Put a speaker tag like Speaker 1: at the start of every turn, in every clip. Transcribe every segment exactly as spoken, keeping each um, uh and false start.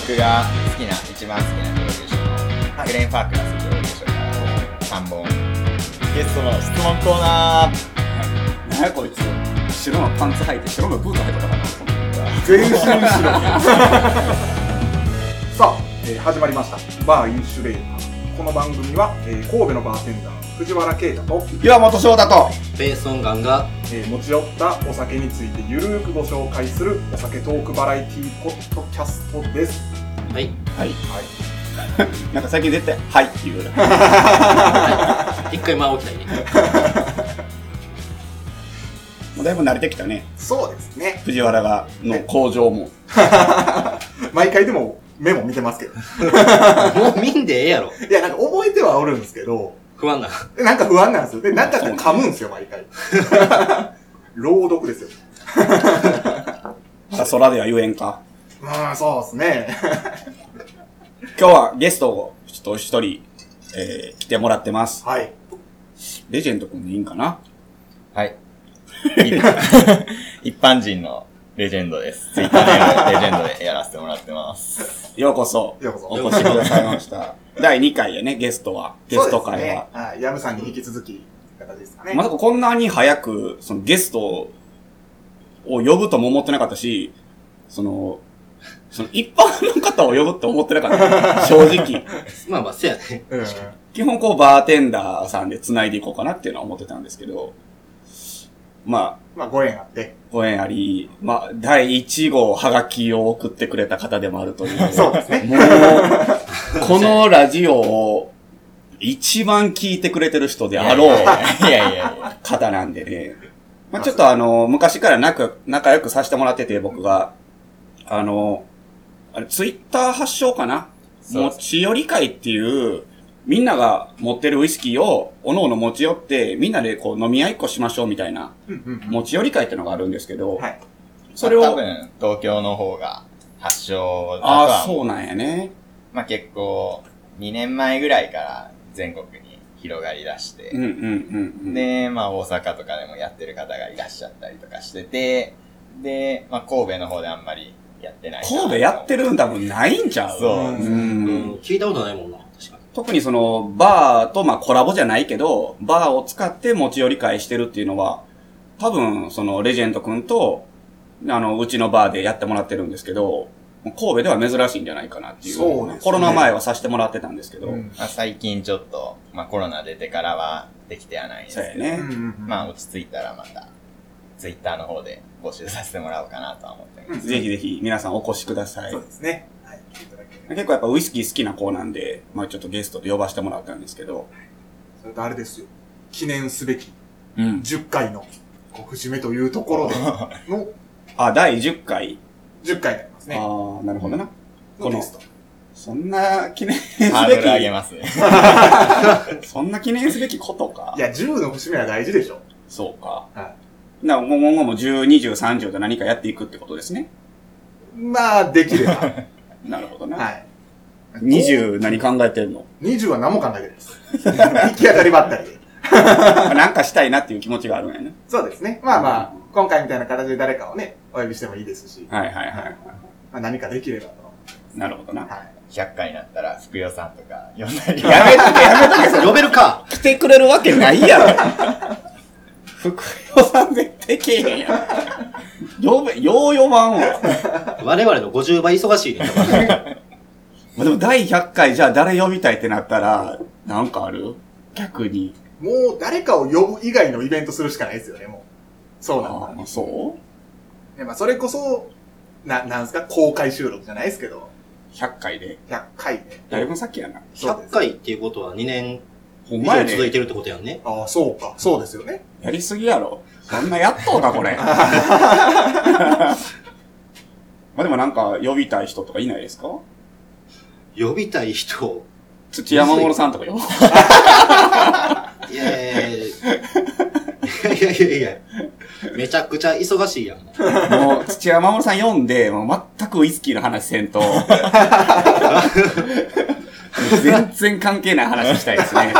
Speaker 1: 僕が好きな、一番好きなプロデューションのグレン・ファークナスプロデューションからさんぼん。ゲストの質問コーナー。
Speaker 2: 何やこいつ、白のパンツ履いて白のブーツ履いてたかな。
Speaker 3: 全身白さあ、えー、始まりましたバーインシュレーター。この番組は、えー、神戸のバーテンダー藤原啓太と
Speaker 2: 岩本翔太と
Speaker 4: ペーソンガンが、
Speaker 3: えー、持ち寄ったお酒についてゆるーくご紹介するお酒トークバラエティポッドキャストです。
Speaker 4: はい
Speaker 2: はい、
Speaker 3: はい、
Speaker 2: なんか最近絶対はいって言う
Speaker 4: 一回間を置きたいね。
Speaker 2: もうだいぶ慣れてきたね。
Speaker 3: そうですね。
Speaker 2: 藤原がの向上も
Speaker 3: 毎回でもメモ見てますけど
Speaker 4: もう見んでええやろ。
Speaker 3: いや、なんか覚えてはおるんですけど
Speaker 4: 不安な。
Speaker 3: なんか不安なんですよ。で、なんか噛むんですよ、毎回。朗読ですよ。
Speaker 2: 空では言えんか。
Speaker 3: まあ、そうですね。
Speaker 2: 今日はゲストをちょっと一人、えー、来てもらってます。
Speaker 3: はい。
Speaker 2: レジェンド君でいいんかな？
Speaker 1: はい。一般人のレジェンドです。ツイッターでレジェンドでやらせてもらってます。
Speaker 2: ようこそ。
Speaker 3: ようこそ。
Speaker 2: お越しくださいました。だいにかいやね、ゲストは。ゲスト会は。
Speaker 3: そうですね。はい。ヤムさんに引き続き、形ですかね。
Speaker 2: まさかこんなに早く、そのゲストを呼ぶとも思ってなかったし、その、その一般の方を呼ぶって思ってなかった。正直。
Speaker 4: まあまあ、せやね。
Speaker 3: うん。
Speaker 2: 基本こうバーテンダーさんで繋いでいこうかなっていうのは思ってたんですけど、まあ、
Speaker 3: まあ、ご縁あって。
Speaker 2: ご縁あり、まあ、だいいち号ハガキを送ってくれた方でもあるという。
Speaker 3: そうですね。
Speaker 2: もう、このラジオを一番聞いてくれてる人であろう
Speaker 1: いやいやいや
Speaker 2: 方なんでね。まあ、ちょっとあの、昔から仲仲良くさせてもらってて、僕が、あの、あれ、ツイッター発祥かな？持ち寄り会っていう、みんなが持ってるウイスキーを、おのおの持ち寄って、みんなでこう飲み合いっこしましょうみたいな、持ち寄り会ってのがあるんですけど、
Speaker 3: はい。
Speaker 2: それを、
Speaker 1: 多分、東京の方が発祥だとは。
Speaker 2: ああ、そうなんやね。
Speaker 1: まあ結構、にねんまえぐらいから全国に広がり出して、
Speaker 2: うんうんうんうん。
Speaker 1: で、まあ大阪とかでもやってる方がいらっしゃったりとかしてて、で、まあ神戸の方であんまりやってない。
Speaker 2: 神戸やってるんだもんないんちゃう？
Speaker 1: そう。
Speaker 2: うん。
Speaker 4: うん聞いたことないもんな、確かに。
Speaker 2: 特にその、バーとまあコラボじゃないけど、バーを使って持ち寄り会してるっていうのは、多分、その、レジェンド君と、あの、うちのバーでやってもらってるんですけど、神戸では珍しいんじゃないかなっていう。
Speaker 3: そうですね。
Speaker 2: コロナ前はさせてもらってたんですけど。
Speaker 3: うん
Speaker 1: まあ、最近ちょっと、まあコロナ出てからはできてはないんですけど、
Speaker 2: そうやね。
Speaker 3: うんうんうん。
Speaker 1: まあ落ち着いたらまた、ツイッターの方で募集させてもらおうかなとは思ってます。
Speaker 2: ぜひぜひ皆さんお越しください。
Speaker 3: そうですね。はい。来ていただければ。
Speaker 2: 結構やっぱウイスキー好きな子なんで、まあちょっとゲストで呼ばせてもらったんですけど。
Speaker 3: それとあれですよ。記念すべき
Speaker 2: うん。
Speaker 3: じゅっかいの告知目というところでの
Speaker 2: あ、だいじゅっかい。
Speaker 3: じゅっかいになりますね。
Speaker 2: ああ、なるほどな。
Speaker 3: のゲスト。
Speaker 2: そんな記念すべき。
Speaker 1: ハードル上げますね。
Speaker 2: そんな記念すべきことか。
Speaker 3: いや、じゅうの節目は大事でしょ。
Speaker 2: そうか。
Speaker 3: は
Speaker 2: な、今後もじゅう、にじゅう、さんじゅうと何かやっていくってことですね。
Speaker 3: い。まあ、できれば。
Speaker 2: なるほどな。
Speaker 3: はい。
Speaker 2: にじゅう何考えてんの？
Speaker 3: にじゅうは何も考えてないです。行き当たりばったりで。
Speaker 2: なんかしたいなっていう気持ちがあるんやね。
Speaker 3: そうですね。まあまあ、今回みたいな形で誰かをね、お呼びしてもいいですし。
Speaker 2: はいはいはい。
Speaker 3: まあ何かできればと。
Speaker 2: なるほどな。
Speaker 3: はい。
Speaker 1: ひゃっかいになったら、福代さんとか呼んだり。
Speaker 2: やめとけやめとけ、それ
Speaker 4: 呼べるか。
Speaker 2: 来てくれるわけないやろ。福代さん絶対来えへんやん。呼べ、よう呼ばんわ。
Speaker 4: 我々のごじゅうばい忙しいね。
Speaker 2: まあでも第ひゃっかいじゃあ誰呼びたいってなったら、なんかある？逆に。
Speaker 3: もう誰かを呼ぶ以外のイベントするしかないですよね、もう。そうなんだ。
Speaker 2: ああ、そう
Speaker 3: ね、まあそれこそ、な、なんすか、公開収録じゃないですけど、
Speaker 2: ひゃっかいで。
Speaker 3: ひゃっかいで。
Speaker 2: だいぶ先やな。
Speaker 4: ひゃっかいっていうことはにねん以
Speaker 2: ほんまやね。
Speaker 4: 上続いてるってことやんね。
Speaker 3: ああ、そうか。そうですよね。
Speaker 2: やりすぎやろ。そんなやっとうか、これ。まあでもなんか呼びたい人とかいないですか？
Speaker 4: 呼びたい人。
Speaker 2: 土屋守さんとか呼ぶ。
Speaker 4: いやいやいやいやいやいやいやめちゃくちゃ忙しいやん。
Speaker 2: もう土屋守さん呼んで、もう全くウイスキーの話せんと。全然関係ない話したいですね。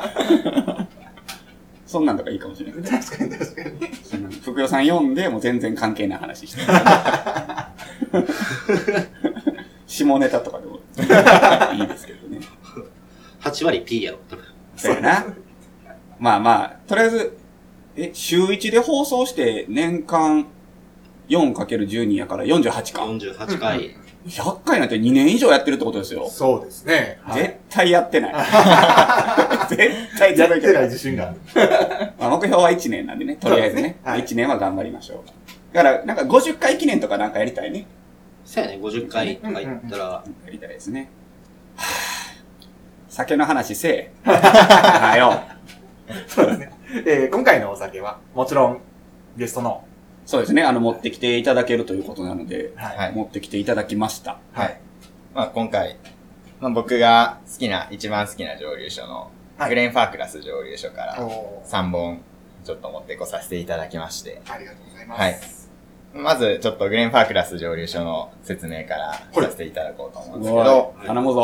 Speaker 2: そんなんとかいいかもしれない。
Speaker 3: 確かに確かに。
Speaker 2: 福代さん呼んで、もう全然関係ない話してる。 下ネタとかでもいいですけどね。
Speaker 4: はち割 P やろ、多分。
Speaker 2: そうやな。まあまあ、とりあえず、え、週いちで放送して年間 よんかけるじゅうに やからよんじゅうはちか。
Speaker 4: よんじゅうはちかい。
Speaker 2: ひゃっかいなんてにねん以上やってるってことですよ。
Speaker 3: そうですね。
Speaker 2: 絶対やってない。絶対
Speaker 3: やって
Speaker 2: 続いてない。
Speaker 3: ない自信がある。
Speaker 2: まあ、目標はいちねんなんでね、とりあえずね。
Speaker 3: そうですねはい
Speaker 2: いちねんは頑張りましょう。だから、なんかごじゅっかい記念とかなんかやりたいね。
Speaker 4: そうやね、ごじゅっかいとか言ったら、
Speaker 2: やりたいですね。はぁ酒の話せえ。はよ。
Speaker 3: そうですね。えー今回のお酒は、もちろん、ゲストの、
Speaker 2: そうですね。あの、持ってきていただけるということなので、
Speaker 3: はい
Speaker 1: はい
Speaker 2: 持ってきていただきました。
Speaker 1: はい。まあ今回、まあ僕が好きな、一番好きな蒸留所の、
Speaker 3: はい
Speaker 1: グレンファークラス蒸留所から
Speaker 3: おー
Speaker 1: さんぼんちょっと持ってこさせていただきまして、
Speaker 3: ありがとうございます。
Speaker 1: はい。まずちょっとグレンファークラス蒸留所の説明から
Speaker 3: はい
Speaker 1: させていただこうと思うんです
Speaker 2: おい
Speaker 1: けど、
Speaker 2: 頼むぞ。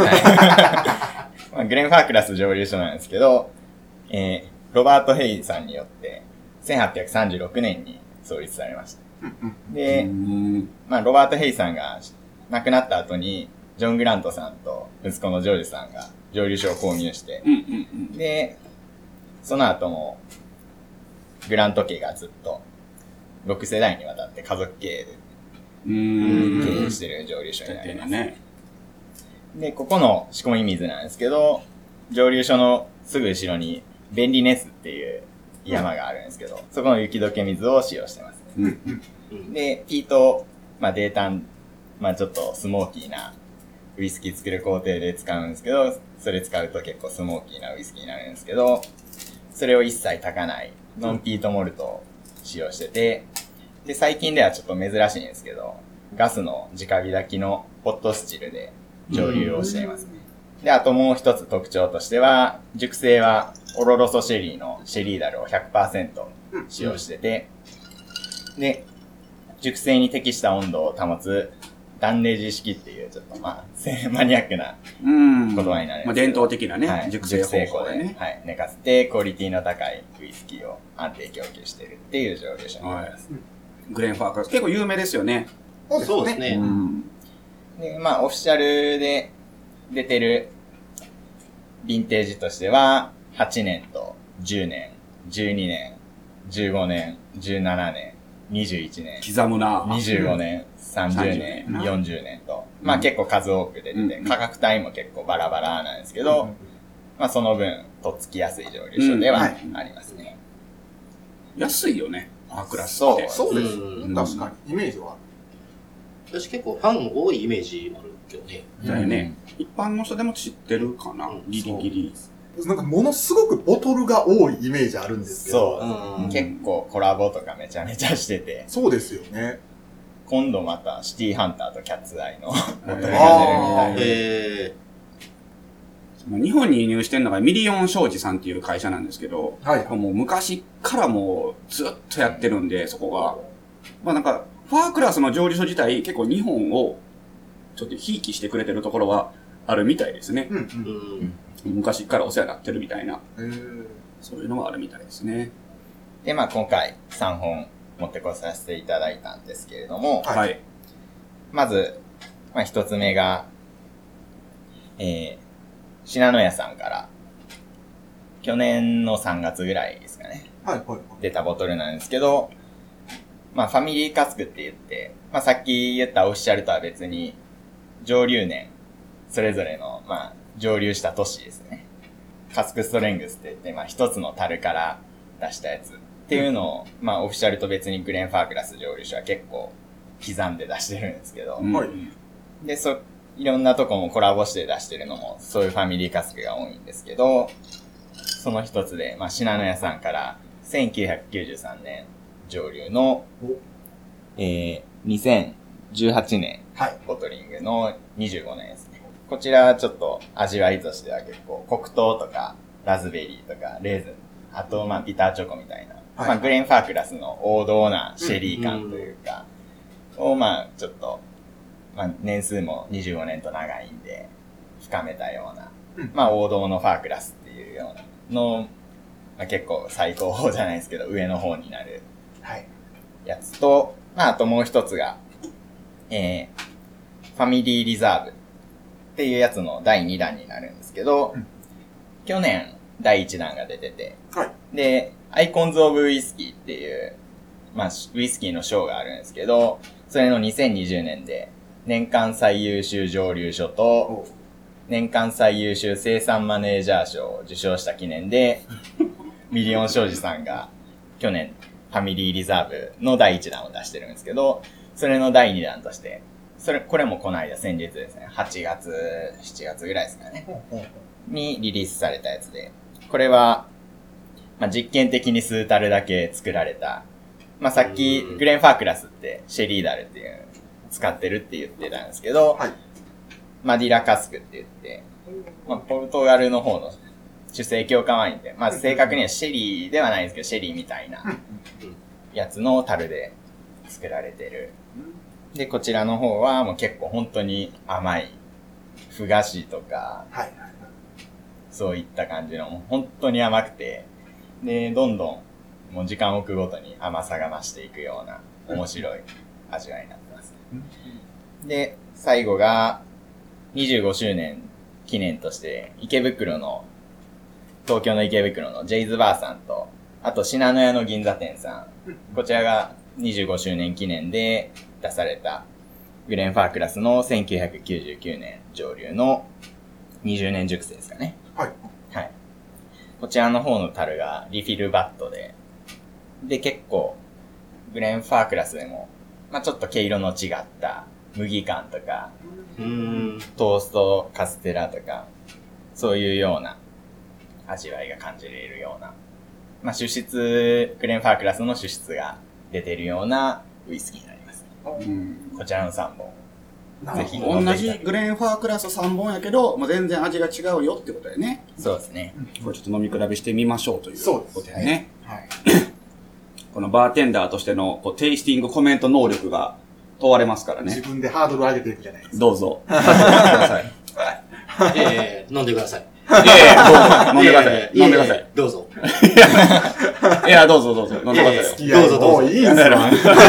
Speaker 1: はいまあ、グレンファークラス蒸留所なんですけど、えー、ロバート・ヘイさんによってせんはっぴゃくさんじゅうろくねんに創立されました。
Speaker 2: う
Speaker 1: で、
Speaker 2: ーん
Speaker 1: まあ、ロバート・ヘイさんが亡くなった後に、ジョン・グラントさんと息子のジョージさんが蒸留所を購入して、
Speaker 2: うんうん
Speaker 1: で、その後も、グラント家がずっと、ろくせだいにわたって家族経営で
Speaker 2: うん。うーん。
Speaker 1: 経営してる蒸留所になります。
Speaker 2: ね。
Speaker 1: で、ここの仕込み水なんですけど、蒸留所のすぐ後ろに、便利ネスっていう山があるんですけど、そこの雪解け水を使用してます。
Speaker 2: うん。
Speaker 4: うん
Speaker 1: で、ピート、まあ、低炭、まあ、ちょっとスモーキーなウイスキー作る工程で使うんですけど、それ使うと結構スモーキーなウイスキーになるんですけど、それを一切炊かないノンピートモルトを使用してて、で、最近ではちょっと珍しいんですけど、ガスの直火炊きのポットスチルで蒸留をしていますね。で、あともう一つ特徴としては、熟成はオロロソシェリーのシェリーダルを ひゃくパーセント 使用してて、で、熟成に適した温度を保つ断ネジ式っていうちょっとまあ、マニアックな
Speaker 2: うん。
Speaker 1: 言葉になるんですけど
Speaker 2: まあ、伝統的なね、
Speaker 1: はい、
Speaker 2: 熟成方法でね。
Speaker 1: はい、寝かせてクオリティの高いウイスキーを安定供給しているっていう蒸留所になります。
Speaker 2: グレンファークラス。結構有名ですよね。
Speaker 4: そうですね。
Speaker 2: ん。
Speaker 1: で、まあ、オフィシャルで出てるヴィンテージとしては、はちねんとじゅうねん、じゅうにねん、じゅうごねん、じゅうななねん、にじゅういちねん、
Speaker 2: 刻むな。
Speaker 1: にじゅうごねん、さんじゅうねん、よんじゅうねんと、まあ結構数多く出てて、
Speaker 2: うん
Speaker 1: 価格帯も結構バラバラなんですけど、まあその分、とっつきやすい蒸留所ではありますね。
Speaker 2: 安いよね。ファークラスっ
Speaker 1: そう
Speaker 2: て。
Speaker 3: そうです
Speaker 4: うん
Speaker 3: ね。確かに。イメージはある。
Speaker 4: 私結構ファン多いイメージもあるけどね。
Speaker 2: だよね。一般の人でも知ってるかな、
Speaker 4: うん
Speaker 2: ギリギリ。
Speaker 3: なんかものすごくボトルが多いイメージあるんですけど。
Speaker 1: そう、
Speaker 4: うん
Speaker 1: 結構コラボとかめちゃめちゃしてて、
Speaker 3: そうですよね。
Speaker 1: 今度またシティハンターとキャッツアイのボトルが出るみ
Speaker 3: あ
Speaker 1: たいで、
Speaker 4: へ
Speaker 2: 日本に輸入してるのがミリオン商事さんっていう会社なんですけど、
Speaker 3: はい。
Speaker 2: もう昔からもうずっとやってるんで、そこが。まあなんか、ファークラスの蒸留所自体結構日本をちょっとひいきしてくれてるところはあるみたいですね。
Speaker 3: うんう。
Speaker 4: ーうんん。
Speaker 2: 昔からお世話になってるみたいな、
Speaker 3: えー
Speaker 2: そういうのがあるみたいですね。
Speaker 1: で、まあ今回さんほん持ってこさせていただいたんですけれども、
Speaker 3: はい
Speaker 2: はい。
Speaker 1: まず、まあ一つ目が、えー、信濃屋さんから、去年のさんがつぐらいですかね、
Speaker 3: はい、はい。
Speaker 1: 出たボトルなんですけど、まあファミリーカスクって言って、まあさっき言ったオフィシャルとは別に、蒸留年、それぞれの、まあ、蒸留した年ですね。カスクストレングスって言って、まあ一つの樽から出したやつっていうのを、まあオフィシャルと別にグレンファークラス蒸留所は結構刻んで出してるんですけど、
Speaker 2: うん
Speaker 3: はい
Speaker 1: で、そ、いろんなとこもコラボして出してるのも、そういうファミリーカスクが多いんですけど、その一つで、まあ、信濃屋さんから、せんきゅうひゃくきゅうじゅうさんねん蒸留の、えー、にせんじゅうはちねん
Speaker 3: はい。
Speaker 1: ボトリングのにじゅうごねんですね。こちらちょっと味わいとしては結構黒糖とかラズベリーとかレーズン、あとまあビターチョコみたいな、
Speaker 3: はい
Speaker 1: まあグレンファークラスの王道なシェリー感というか、をまあちょっと、まあ年数もにじゅうごねんと長いんで深めたような、
Speaker 3: うん
Speaker 1: まあ王道のファークラスっていうようなの、まあ、結構最高峰じゃないですけど上の方になる
Speaker 3: はい。
Speaker 1: やつと、まああともう一つが、えー、 ファミリーリザーブっていうやつのだいにだんになるんですけど、
Speaker 3: うん、
Speaker 1: 去年だいいちだんが出てて、
Speaker 3: はい。
Speaker 1: で、アイコンズ・オブ・ウイスキーっていう、まあ、ウイスキーの賞があるんですけど、それのにせんにじゅうねんで、年間最優秀蒸留所と、年間最優秀生産マネージャー賞を受賞した記念で、ミリオン商事さんが去年ファミリーリザーブのだいいちだんを出してるんですけど、それのだいにだんとして、それ、これもこの間先日ですね、はちがつ、しちがつぐらいですかね、にリリースされたやつで、これは、まあ、実験的に数樽だけ作られた、まあ、さっきグレンファークラスってシェリーダルっていう使ってるって言ってたんですけど、
Speaker 3: はい、
Speaker 1: マディラカスクって言って、まあ、ポルトガルの方の主成強化ワインって、まあ、正確にはシェリーではないんですけど、シェリーみたいなやつの樽で作られてる。で、こちらの方はもう結構本当に甘い、ふ菓子とか、
Speaker 3: はいはい、
Speaker 1: そういった感じの、もう本当に甘くて、で、どんどんもう時間を置くごとに甘さが増していくような面白い味わいになってます。で、最後がにじゅうごしゅうねん記念として池袋の、東京の池袋のジェイズバーさんと、あと信濃屋の銀座店さん、こちらがにじゅうごしゅうねん記念で出されたグレンファークラスのせんきゅうひゃくきゅうじゅうきゅうねん蒸留のにじゅうねん熟成ですかね。
Speaker 3: はい。
Speaker 1: はい。こちらの方の樽がリフィルバットで、で結構グレンファークラスでも、まあちょっと毛色の違った麦感とか、
Speaker 4: うーん
Speaker 1: トーストカステラとか、そういうような味わいが感じれるような、まあ主質、グレンファークラスの主質が出てるようなウイスキーになります。
Speaker 2: うん、
Speaker 1: こちらのさんぼん。ぜひ
Speaker 2: 同じグレンファークラスさんぼんやけど、まあ、全然味が違うよってことだよね。
Speaker 1: そうですね。
Speaker 2: これちょっと飲み比べしてみましょうということだよね。
Speaker 3: はい。
Speaker 2: このバーテンダーとしてのこうテイスティングコメント能力が問われますからね。
Speaker 3: 自分でハードル上げていくじゃないですか。
Speaker 2: どうぞ。ください。
Speaker 4: えー、飲んでください。
Speaker 2: いやいや、どうぞ。飲んでください。飲んでください。
Speaker 4: どうぞ。
Speaker 2: いや、どうぞどうぞ。飲んでくださいよ。
Speaker 3: 付き合いもういいんすよ。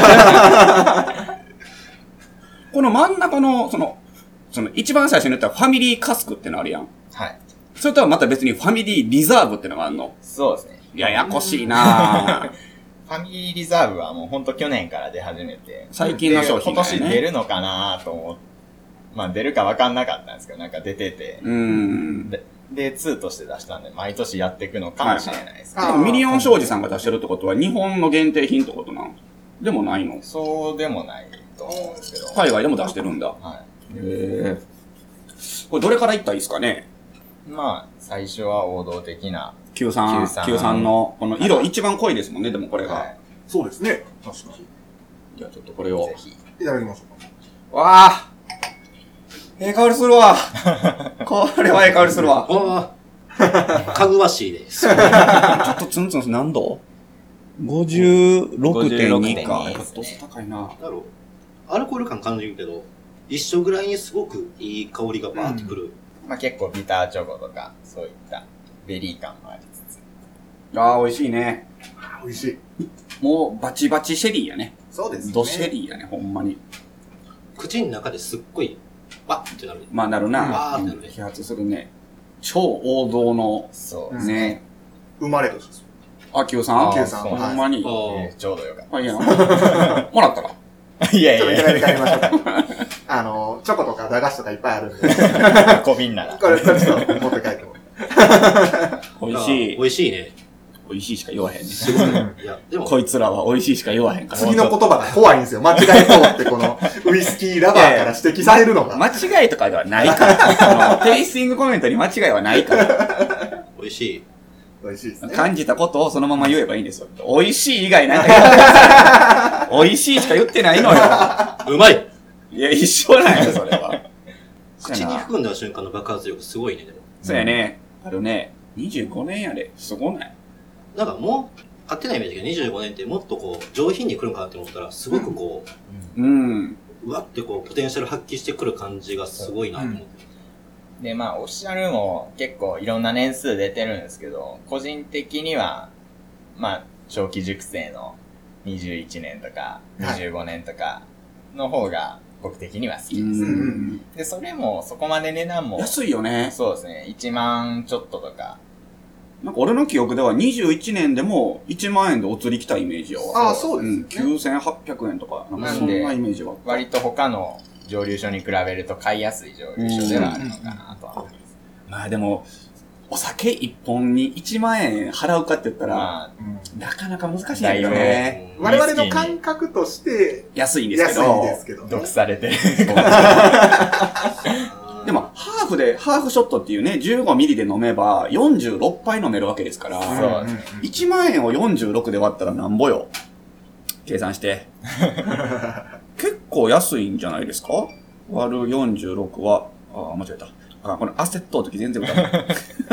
Speaker 2: この真ん中の、その、その一番最初に言ったファミリーカスクってのあるやん。
Speaker 1: はい。
Speaker 2: それとはまた別にファミリーリザーブってのがあるの。
Speaker 1: そうですね。
Speaker 2: ややこしいなぁ。
Speaker 1: ファミリーリザーブはもうほんと去年から出始めて。
Speaker 2: 最近の商品だよね。
Speaker 1: 今年出るのかなと思って。まあ出るか分かんなかったんですけど、なんか出てて。
Speaker 2: うーん。
Speaker 1: で、で、ツーとして出したんで、毎年やっていくのかもしれないですけど。
Speaker 3: はいはい
Speaker 2: ミリオン商事さんが出してるってことは日本の限定品ってことなのでもないの？
Speaker 1: そうでもないと思うんですけど。
Speaker 2: 海外でも出してるんだ。
Speaker 1: は
Speaker 2: へえ。これどれからいったらいいですかね？
Speaker 1: い。まあ、最初は王道的な。
Speaker 2: キューさん、キューさんの、この色一番濃いですもんね、でもこれが。
Speaker 1: はい。
Speaker 3: そうですね。確かに。
Speaker 2: じゃあちょっとこれを。
Speaker 1: ぜひ。
Speaker 3: いただきましょうか。
Speaker 2: わあええ香りするわこれはええ香りするわ。
Speaker 4: ああ、かぐわしいです。
Speaker 2: ちょっとツンツン何度 ?ごじゅうろくてんに か。やっぱ度数高いな。
Speaker 4: だろう。アルコール感感じるけど、一緒ぐらいにすごくいい香りがバーってくる。
Speaker 1: まあ結構ビターチョコとか、そういったベリー感もありつつ。
Speaker 2: ああ、美味しいね。
Speaker 3: あー美味しい。
Speaker 2: もうバチバチシェリーやね。
Speaker 3: そうですね。
Speaker 2: ドシェリーやね、ほんまに。
Speaker 4: 口の中ですっごい、わっってなる。
Speaker 2: まあなるな。
Speaker 4: わーってなるね。
Speaker 2: 揮発するね。超王道の、
Speaker 1: そう
Speaker 3: うん
Speaker 2: ね。
Speaker 3: 生まれ年です。
Speaker 2: あ、キューさん
Speaker 1: あ
Speaker 3: キューさん
Speaker 1: そう
Speaker 2: ほんまに。
Speaker 4: あ
Speaker 1: えーちょうどよかっ
Speaker 2: あ、いいやん。もらったら。
Speaker 1: た。いやい
Speaker 3: ちょっといただいて
Speaker 1: やい
Speaker 3: 帰りましょうか。あの、チョコとか駄菓子とかいっぱいあるんで。
Speaker 1: や、小瓶なら。
Speaker 3: これ、これちょっと持って帰っても
Speaker 2: 美味しい。
Speaker 4: 美味しいね。
Speaker 2: 美味しいしか言わへんね。
Speaker 4: すごい。いや、でも、
Speaker 2: こいつらは美味しいしか言わへんから。
Speaker 3: 次の言葉が怖いんですよ。間違いそうってこの、ウイスキーラバーから指摘されるのが。
Speaker 2: 間違いとかではないから。このテイスティングコメントに間違いはないから。
Speaker 4: 美味しい。
Speaker 3: 美味しいですね。
Speaker 2: 感じたことをそのまま言えばいいんですよ。美味しい以外なんか言ってない。美味しいしか言ってないのよ。
Speaker 4: うまい
Speaker 2: いや、一緒なんよ、それは。
Speaker 4: 口に含んだ瞬間の爆発力すごいね、でも。
Speaker 2: そうやね。あるね。にじゅうごねんやで。すごない？
Speaker 4: なんかもう、勝手なイメージがにじゅうごねんってもっとこう、上品に来るんかなって思ったら、すごくこ
Speaker 2: うん。
Speaker 4: う、うわってこう、ポテンシャル発揮してくる感じがすごいなと思って。
Speaker 1: で、まあ、オフィシャルも結構いろんな年数出てるんですけど、個人的には、まあ、長期熟成のにじゅういちねんとか、にじゅうごねんとかの方が僕的には好き
Speaker 2: う
Speaker 1: です。
Speaker 2: ん。
Speaker 1: で、それもそこまで値段も、
Speaker 2: 安いよね。
Speaker 1: そうですね、いちまんちょっととか。
Speaker 2: なんか俺の記憶ではにじゅういちねんでもいちまん円でお釣り来たイメージよ。
Speaker 3: ああ、そうです
Speaker 2: うん。
Speaker 3: ね。
Speaker 2: きゅうせんはっぴゃくえんとか、なんかそんなイメージは。
Speaker 1: 割と他の蒸留所に比べると買いやすい蒸留所ではあるのかなとは思います。
Speaker 2: まあでも、お酒一本にいちまん円払うかって言ったら、
Speaker 1: まあ、
Speaker 3: うん
Speaker 2: なかなか難しいんだよね。
Speaker 4: うん
Speaker 3: 我々の感覚として
Speaker 2: 安いんですけ
Speaker 3: 安い
Speaker 2: ど。
Speaker 3: ですけどね。
Speaker 1: 毒されてる。
Speaker 2: でも、ハーフで、ハーフショットっていうね、じゅうごミリで飲めば、よんじゅうろっぱい飲めるわけですから、
Speaker 1: そう
Speaker 3: うんうんうん
Speaker 2: いちまん円をよんじゅうろくで割ったらなんぼよ。計算して。結構安いんじゃないですか？割るよんじゅうろくは、ああ、間違えた。あ、このアセットの時全然歌わない。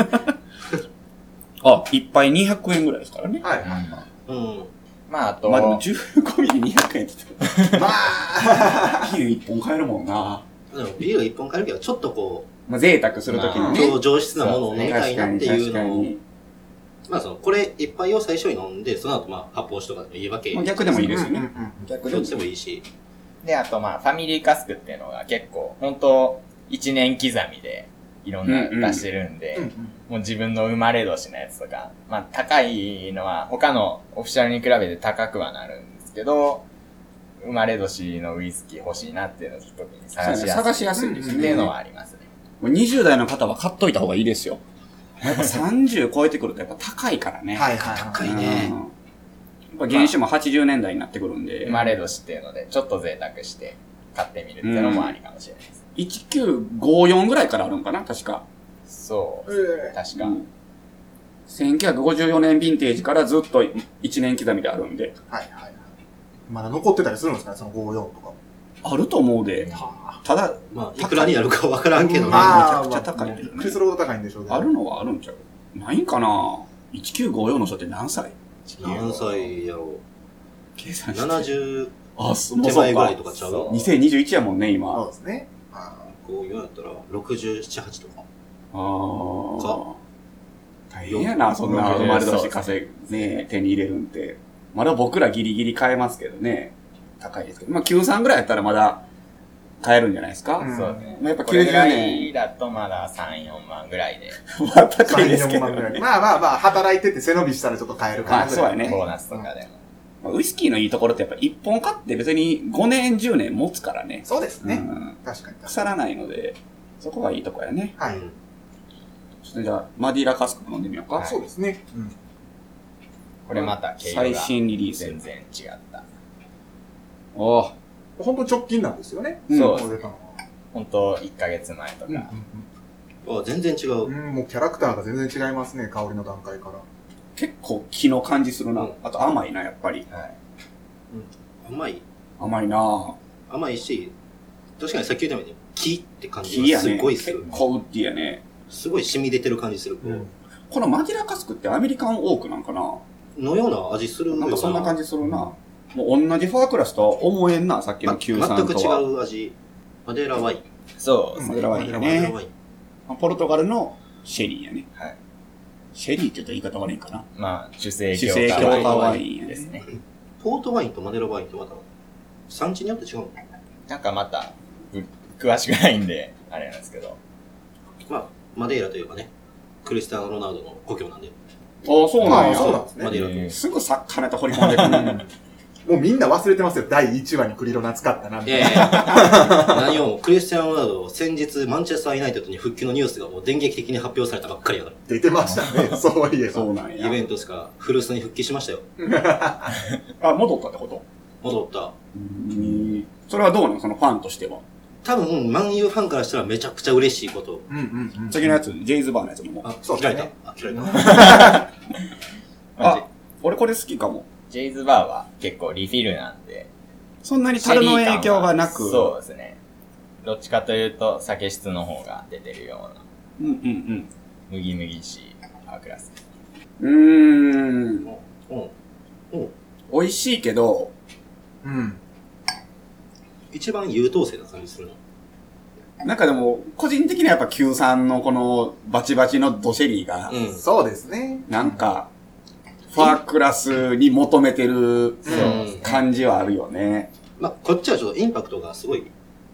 Speaker 2: あ、一杯にひゃくえんぐらいですからね。
Speaker 3: はい。
Speaker 4: うん。
Speaker 1: まあ、あと、
Speaker 2: まあでもじゅうごミリにひゃくえんって言って
Speaker 3: まあ、
Speaker 2: ビールいっぽん買えるもんな。
Speaker 4: でもビール一本買えるけど、ちょっとこ
Speaker 2: まあ贅沢するとき
Speaker 1: まあ
Speaker 2: にね。
Speaker 4: う、上質なものを飲みたいなっていうのを、
Speaker 2: に。
Speaker 4: まあその、これ一杯を最初に飲んで、その後まあ発泡酒とかでもいいわけ。
Speaker 2: まあ逆でもいいですよね。
Speaker 3: うんうんうん
Speaker 2: 逆でも
Speaker 4: どっちでもいいし。
Speaker 1: で、あとまあ、ファミリーカスクっていうのが結構、本当いちねん刻みで、いろんな出してるんで、
Speaker 3: うんうん
Speaker 1: もう自分の生まれ年のやつとか、まあ高いのは他のオフィシャルに比べて高くはなるんですけど、生まれ年のウイスキー欲しいなっていうのを時に探しやすい。
Speaker 2: 探しやすいですね。
Speaker 1: っていうのはありますね。
Speaker 2: もうにじゅう代の方は買っといた方がいいですよ。やっぱさんじゅう超えてくるとやっぱ高いからね。
Speaker 3: はいはいはい。
Speaker 4: 高いね
Speaker 2: うんやっぱ原酒もはちじゅうねんだいになってくるんで。
Speaker 1: 生まれ年っていうので、ちょっと贅沢して買ってみるっていうのもありかもしれないです。
Speaker 2: いちきゅうごよんぐらいからあるんかな確か。
Speaker 1: そう。
Speaker 3: え
Speaker 1: 確か。
Speaker 2: うんせんきゅうひゃくごじゅうよねんヴィンテージからずっといちねん刻みであるんで。
Speaker 3: ーはいはいはい。まだ残ってたりするんですかね、そのごじゅうよんとかも。
Speaker 2: あると思うで。
Speaker 3: は
Speaker 2: ただ、
Speaker 4: まあ、いくらになるかわからんけどね。
Speaker 3: まあ、
Speaker 2: めちゃくちゃ高いけどね
Speaker 3: びっくりするほど高いんでしょうけど。
Speaker 2: あるのはあるんちゃうないんかな ?いちきゅうごよん の人って何歳
Speaker 4: 何歳やろ
Speaker 2: 計算
Speaker 4: う。
Speaker 2: して。
Speaker 4: ななじゅ
Speaker 2: あ、そう
Speaker 4: う手前ぐらいとかちゃう
Speaker 1: そう
Speaker 2: にせんにじゅういちやもんね、今。
Speaker 3: そうですね。あ
Speaker 4: ごじゅうよんやったら、ろくじゅうなな、はちとか。
Speaker 2: ああ
Speaker 4: か。
Speaker 2: 大変やな、そんな生まれ年稼い、ね、手に入れるんて。まだ僕らギリギリ買えますけどね。高いですけど。まあ、きゅうじゅうさんぐらいやったらまだ買えるんじゃないですか。
Speaker 3: うん
Speaker 1: そうね。
Speaker 2: まあやっぱ
Speaker 1: これぐら
Speaker 2: きゅうじゅうね
Speaker 1: いだとまださん、よんまんぐらいで、
Speaker 2: まあ、
Speaker 3: ー
Speaker 2: 高いですけ
Speaker 3: さん、
Speaker 2: ど
Speaker 3: よんまんぐらい。
Speaker 2: ね。
Speaker 3: まあまあまあ、働いてて背伸びしたらちょっと買えるかなぐらい。
Speaker 2: まあそうやね
Speaker 1: ボーナスとかでも。
Speaker 2: まあウイスキーのいいところってやっぱいっぽん買って別にごねん、じゅうねん持つからね。
Speaker 3: そうですね。
Speaker 2: うん
Speaker 3: 確かに確か
Speaker 2: 腐らないので、そこがいいところやね。
Speaker 3: に。はい。
Speaker 4: うん
Speaker 2: そしてじゃあ、マディラカスク飲んでみようか。
Speaker 3: そうですね。うん。
Speaker 1: これまた毛色
Speaker 2: 最
Speaker 1: が
Speaker 2: 新リリース。
Speaker 1: 全然違った。
Speaker 2: おー
Speaker 3: ほんと直近なんですよね。
Speaker 2: うん
Speaker 1: そう
Speaker 3: これ出たのは。
Speaker 1: ほんといっかげつまえとか。
Speaker 3: うん
Speaker 4: あ、全然違う。
Speaker 3: うんうん。もうキャラクターが全然違いますね、香りの段階から。
Speaker 2: 結構木の感じするな。
Speaker 4: うん
Speaker 2: あと甘いな、やっぱり。
Speaker 1: はい。
Speaker 4: 甘い。
Speaker 2: 甘いな
Speaker 4: 甘いし、確かにさっき言ったように、木って感じが
Speaker 2: 木やね。
Speaker 4: すごいする。
Speaker 2: 結構ウッディやね。
Speaker 4: すごい染み出てる感じする。こう
Speaker 3: うん
Speaker 2: このマディラカスクってアメリカンオークなんかな
Speaker 4: のような味するよ
Speaker 2: なんかそんな感
Speaker 4: じ。
Speaker 2: じするな。もう同じファークラスとは思えんな、さっきの
Speaker 4: ま
Speaker 2: きゅうじゅうさん
Speaker 4: 全く
Speaker 2: とは。
Speaker 4: 違う味。マデラワイン。
Speaker 1: そうですね。
Speaker 2: マデラワインや
Speaker 4: マデラ
Speaker 2: ね。
Speaker 4: ワイン。
Speaker 2: ポルトガルのシェリーやね。
Speaker 1: はい。
Speaker 2: シェリーって言ったら言い方悪いんかな。
Speaker 1: まあ、主成
Speaker 2: 主
Speaker 1: 強
Speaker 2: 成強化
Speaker 1: 化ワイ
Speaker 2: ワインやね
Speaker 1: ンですね。
Speaker 4: ポートワインとマデラワインってまた、産地によって違うの
Speaker 1: なんかまた、う詳しくないんで、あれなんですけど。
Speaker 4: まあ、マデーラといえばね、クリスティアーノ・ロナウドの故郷なんで。
Speaker 2: ああ、そうなん
Speaker 3: あそう
Speaker 2: や。
Speaker 3: なんですね
Speaker 4: マデーラと。
Speaker 1: えー
Speaker 2: すぐサッカーネタ掘り込んでくるね。
Speaker 3: もうみんな忘れてますよ。だいいちわにクリロナ使ったな、みたいな。
Speaker 4: いやいや何をもクリスティアーノ・ロナウド、先日マンチェスター・ユナイテッドに復帰のニュースがもう電撃的に発表されたばっかりやから。
Speaker 3: 出てましたね、そういえば。
Speaker 2: そうなんや。
Speaker 4: イベントしか古巣に復帰しましたよ。
Speaker 2: あ、戻ったってこと
Speaker 4: 戻った。
Speaker 2: うん。それはどうなのそのファンとしては。
Speaker 4: 多分、マンユーファンからしたらめちゃくちゃ嬉しいこと。
Speaker 3: うんうんうん。
Speaker 2: 次のやつ、ジェイズバーのやつも。
Speaker 4: あ、
Speaker 3: そう
Speaker 4: 切られ
Speaker 3: ですね
Speaker 4: た。あ、切られた。
Speaker 1: まあ
Speaker 2: あ、俺これ好きかも。
Speaker 1: ジェイズバーは結構リフィルなんで、
Speaker 2: そんなに樽の影響がなく。
Speaker 1: そうですね。どっちかというと、酒質の方が出てるような、
Speaker 2: うんうん
Speaker 1: 麦々しいパークラス。
Speaker 2: うん。うーん。
Speaker 4: うん。うん。
Speaker 2: 美味しいけど、
Speaker 3: うん。
Speaker 4: 一番優等生な感じするの。
Speaker 2: なんかでも、個人的にはやっぱきゅうさんのこのバチバチのドシェリーが、
Speaker 4: うん。
Speaker 3: そうですね。
Speaker 2: なんか、ファークラスに求めてる
Speaker 4: そう
Speaker 2: 感じはあるよね。
Speaker 4: まあ、こっちはちょっとインパクトがすごい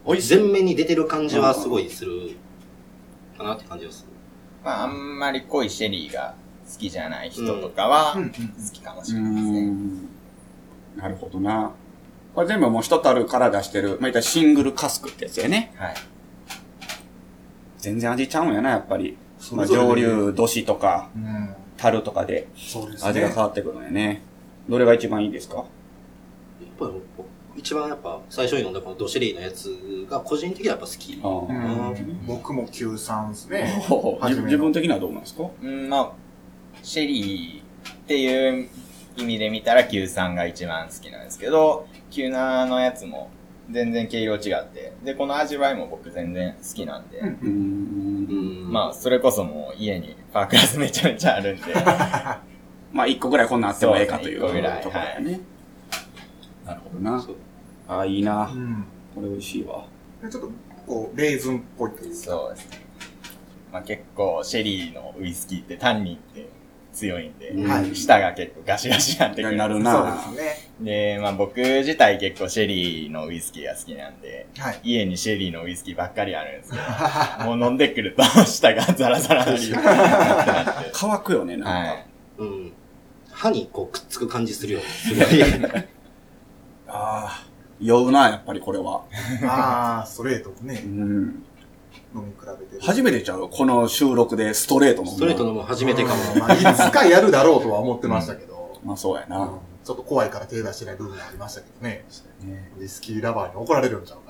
Speaker 2: 美味しい。
Speaker 4: 前面に出てる感じはすごいするかなって感じがする。
Speaker 1: まあ、あんまり濃いシェリーが好きじゃない人とかは、好きかもしれないですね。
Speaker 2: なるほどな。これ全部もう一樽から出してる、まあ、言ったらシングルカスクってやつやね。
Speaker 1: はい。
Speaker 2: 全然味ちゃうんやな、やっぱり。まあ、
Speaker 3: それぞれ
Speaker 2: 上流、土子とか、
Speaker 3: うん。
Speaker 2: 樽とかで
Speaker 3: そうですね。
Speaker 2: 味が変わってくるのよね。どれが一番いいですか？
Speaker 4: やっぱり一番やっぱ最初に飲んだこのドシェリーのやつが個人的にはやっぱ好き。
Speaker 2: あ
Speaker 3: う
Speaker 2: あ。
Speaker 3: ん。僕もきゅうさんですね。
Speaker 2: ほう
Speaker 3: 初めの
Speaker 2: 自分的にはどうなんですか？
Speaker 1: うん、まあ、シェリーっていう意味で見たらきゅうさんが一番好きなんですけど、きゅうななのやつも全然毛色違って、で、この味わいも僕全然好きなんで、
Speaker 3: うん
Speaker 2: うーん。
Speaker 4: うん。
Speaker 1: まあ、それこそもう家にパークラスめちゃめちゃあるんで、
Speaker 2: まあ、一個ぐらいこんなんあってもええかという
Speaker 1: そうですね一個ぐらい
Speaker 2: ところだよね。なるほどな。
Speaker 4: そう
Speaker 2: ああ、いいな
Speaker 3: う。ん。
Speaker 2: これ美味しいわ。
Speaker 3: でちょっと、こう、レーズンっぽいというか。
Speaker 1: そうですね。まあ結構シェリーのウイスキーってタンニンって強いんで、
Speaker 3: はい
Speaker 1: 舌が結構ガシガシになってくるんです。
Speaker 2: なるな
Speaker 3: そうですね。
Speaker 1: で、まあ僕自体結構シェリーのウイスキーが好きなんで、
Speaker 3: はい。
Speaker 1: 家にシェリーのウイスキーばっかりあるんですけど、もう飲んでくると舌がザラザラになってなって。
Speaker 2: 乾くよね、なんか。
Speaker 1: はい。
Speaker 4: うん。歯にこうくっつく感じするよね。すごい。
Speaker 2: ああ、酔うな、やっぱりこれは。
Speaker 3: ああ、ストレートもね
Speaker 2: う、ん。
Speaker 3: 飲み比べて。
Speaker 2: 初めてちゃうこの収録でストレートの。
Speaker 4: ストレートのも初めてかも。
Speaker 3: うんまあ、いつかやるだろうとは思ってましたけど、
Speaker 2: まあそうや
Speaker 3: うん
Speaker 2: な。
Speaker 3: ちょっと怖いから手出してない部分がありましたけどね。
Speaker 2: ね
Speaker 3: ウイスキーラバーに怒られるんちゃう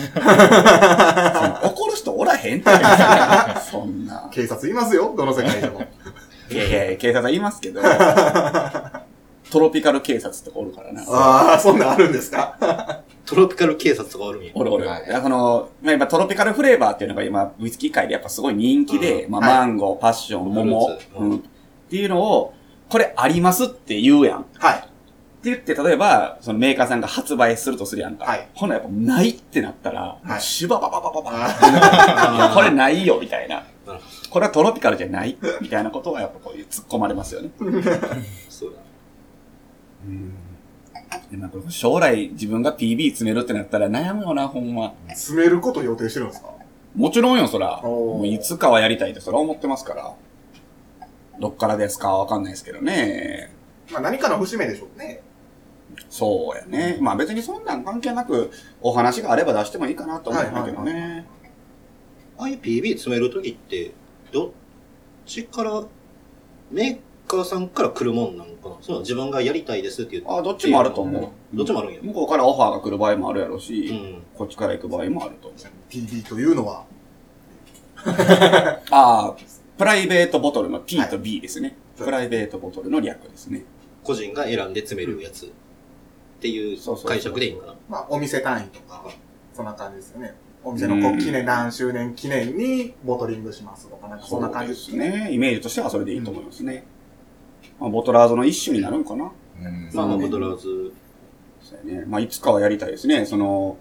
Speaker 3: か。
Speaker 2: 怒る人おらへんって。そんな。
Speaker 3: 警察いますよ、どの世界でも。
Speaker 2: いやいやいや、警察は言いますけど、トロピカル警察とかおるからな。
Speaker 3: ああ、そんなんあるんですか。
Speaker 4: トロピカル警察とかおるんや。
Speaker 2: おるおる。
Speaker 1: はい
Speaker 2: いやこの、まあ、今トロピカルフレーバーっていうのが今、ウイスキー界でやっぱすごい人気で、
Speaker 4: うん
Speaker 2: まあ、
Speaker 3: はい
Speaker 2: マンゴー、パッション、桃、
Speaker 4: フルーツ
Speaker 2: うん、っていうのを、これありますって言うやん。って
Speaker 3: はい。
Speaker 2: 言って、例えば、そのメーカーさんが発売するとするやんか。
Speaker 3: はい
Speaker 2: ほなやっぱないってなったら、
Speaker 3: はい
Speaker 2: シュババババババ
Speaker 3: あ
Speaker 2: いやこれないよ、みたいな
Speaker 4: なるほ。
Speaker 2: これはトロピカルじゃないみたいなことはやっぱこういう突っ込まれますよね。
Speaker 4: そうだ。
Speaker 2: うん。でなんか将来自分が ピービー 詰めるってなったら悩むよな、ほんま。
Speaker 3: 詰めること予定してるんですか。
Speaker 2: もちろんよ、そら。
Speaker 3: おー
Speaker 2: もういつかはやりたいってそれは思ってますから。どっからですかわかんないですけどね。
Speaker 3: まあ何かの節目でしょうね。
Speaker 2: そうやね。まあ別にそんなん関係なくお話があれば出してもいいかなと思うんだけどね。
Speaker 3: はいはい
Speaker 4: ああいう ピービー 詰めるときって、どっちから、メーカーさんから来るもんなのかな、その自分がやりたいですって言って。
Speaker 2: あ、どっちもあると思う。
Speaker 4: どっちもあるんや。
Speaker 2: 向こうからオファーが来る場合もあるやろし、
Speaker 4: うん。
Speaker 2: こっちから行く場合もあると思う。
Speaker 3: ピービー というのは、
Speaker 2: ああ、プライベートボトルの P と B ですね。
Speaker 3: はい
Speaker 2: プライベートボトルの略ですね。
Speaker 4: 個人が選んで詰めるやつっていう
Speaker 2: そうそうそう
Speaker 4: 解釈でいいのかな。
Speaker 3: まあお店単位とか、そんな感じですよね。お店のこう記念、何周年記念にボトリングしますとか、なんかそんな感じです
Speaker 2: そう
Speaker 3: ね。
Speaker 2: ですね。イメージとしてはそれでいいと思いますね。まあ、ボトラーズの一種になるんかな。
Speaker 1: うん
Speaker 4: まあまあ、
Speaker 2: そうね
Speaker 4: ボトラーズ、
Speaker 2: そうやね。まあ、いつかはやりたいですね。その、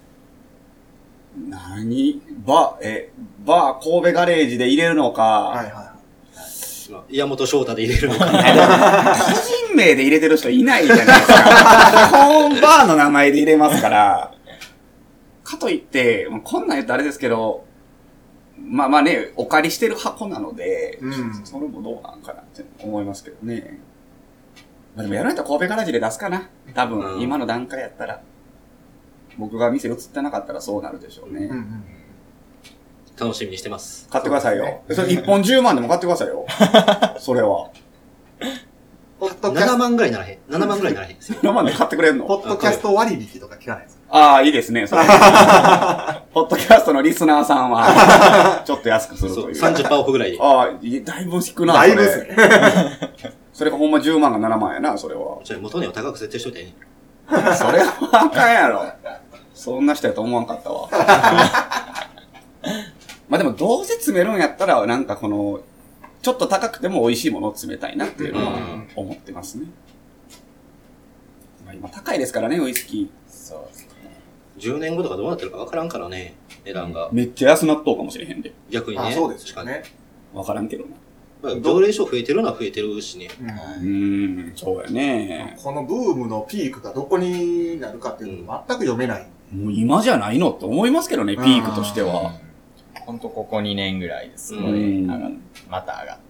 Speaker 2: 何バー、え、バー、神戸ガレージで入れるのか、
Speaker 3: はいはいはい。
Speaker 4: まあ、岩本翔太で入れるのか。
Speaker 2: 個人名で入れてる人いないじゃないですか。基本バーの名前で入れますから。かといって、もうこんなん言ったらあれですけど、まあまあね、お借りしてる箱なので、
Speaker 3: うん
Speaker 2: それもどうなんかなって思いますけどね。まあでもやらないと神戸ガラージで出すかな。多分、
Speaker 4: うん
Speaker 2: 今の段階やったら。僕が店映ってなかったらそうなるでしょうね。
Speaker 3: うんうん。
Speaker 4: 楽しみにしてます。
Speaker 2: 買ってくださいよ。
Speaker 3: そ
Speaker 2: それいっぽんじゅうまんでも買ってくださいよ。それは。
Speaker 3: ポッドキャ
Speaker 4: なな
Speaker 3: ス
Speaker 4: まんぐらいならへん。ななまんぐらいならへんですよ。
Speaker 2: ななまんで買ってくれん
Speaker 3: ト、ポ
Speaker 2: の？
Speaker 3: ッドキャスト割引とか聞かないですか。
Speaker 2: ああ、いいですね。それポッドキャストのリスナーさんは、ちょっと安くする
Speaker 4: そう、
Speaker 2: という。
Speaker 4: さんじゅっパーセントオフぐらいで。
Speaker 2: ああ、いいだいぶ引くな。
Speaker 3: だいぶです
Speaker 2: それ
Speaker 3: ね。
Speaker 2: それがほんまじゅうまんがななまんやな、それは。
Speaker 4: じゃあ元値を高く設定しといてね。
Speaker 2: それはあかんやろ。そんな人やと思わんかったわ。まあでもどうせ詰めるんやったら、なんかこの、ちょっと高くても美味しいものを詰めたいなっていうのは思ってますね。まあ今高いですからね、ウイスキ
Speaker 1: そうですね。
Speaker 4: じゅうねんごとかどうなってるかわからんからね、値段が
Speaker 2: ー。。めっちゃ安なっとうかもしれへんで。
Speaker 4: 逆にね。
Speaker 3: あ、そうですよね。
Speaker 2: わからんけどな。
Speaker 4: まあ条例書増えてるのは増えてるしね。
Speaker 3: うん
Speaker 2: うーん、そうやね。
Speaker 3: このブームのピークがどこになるかっていうのが全く読めないんで。
Speaker 2: もう今じゃないのって思いますけどね、ピークとしては。
Speaker 1: ほんとここにねんぐらいですごい上がっ、また上がった。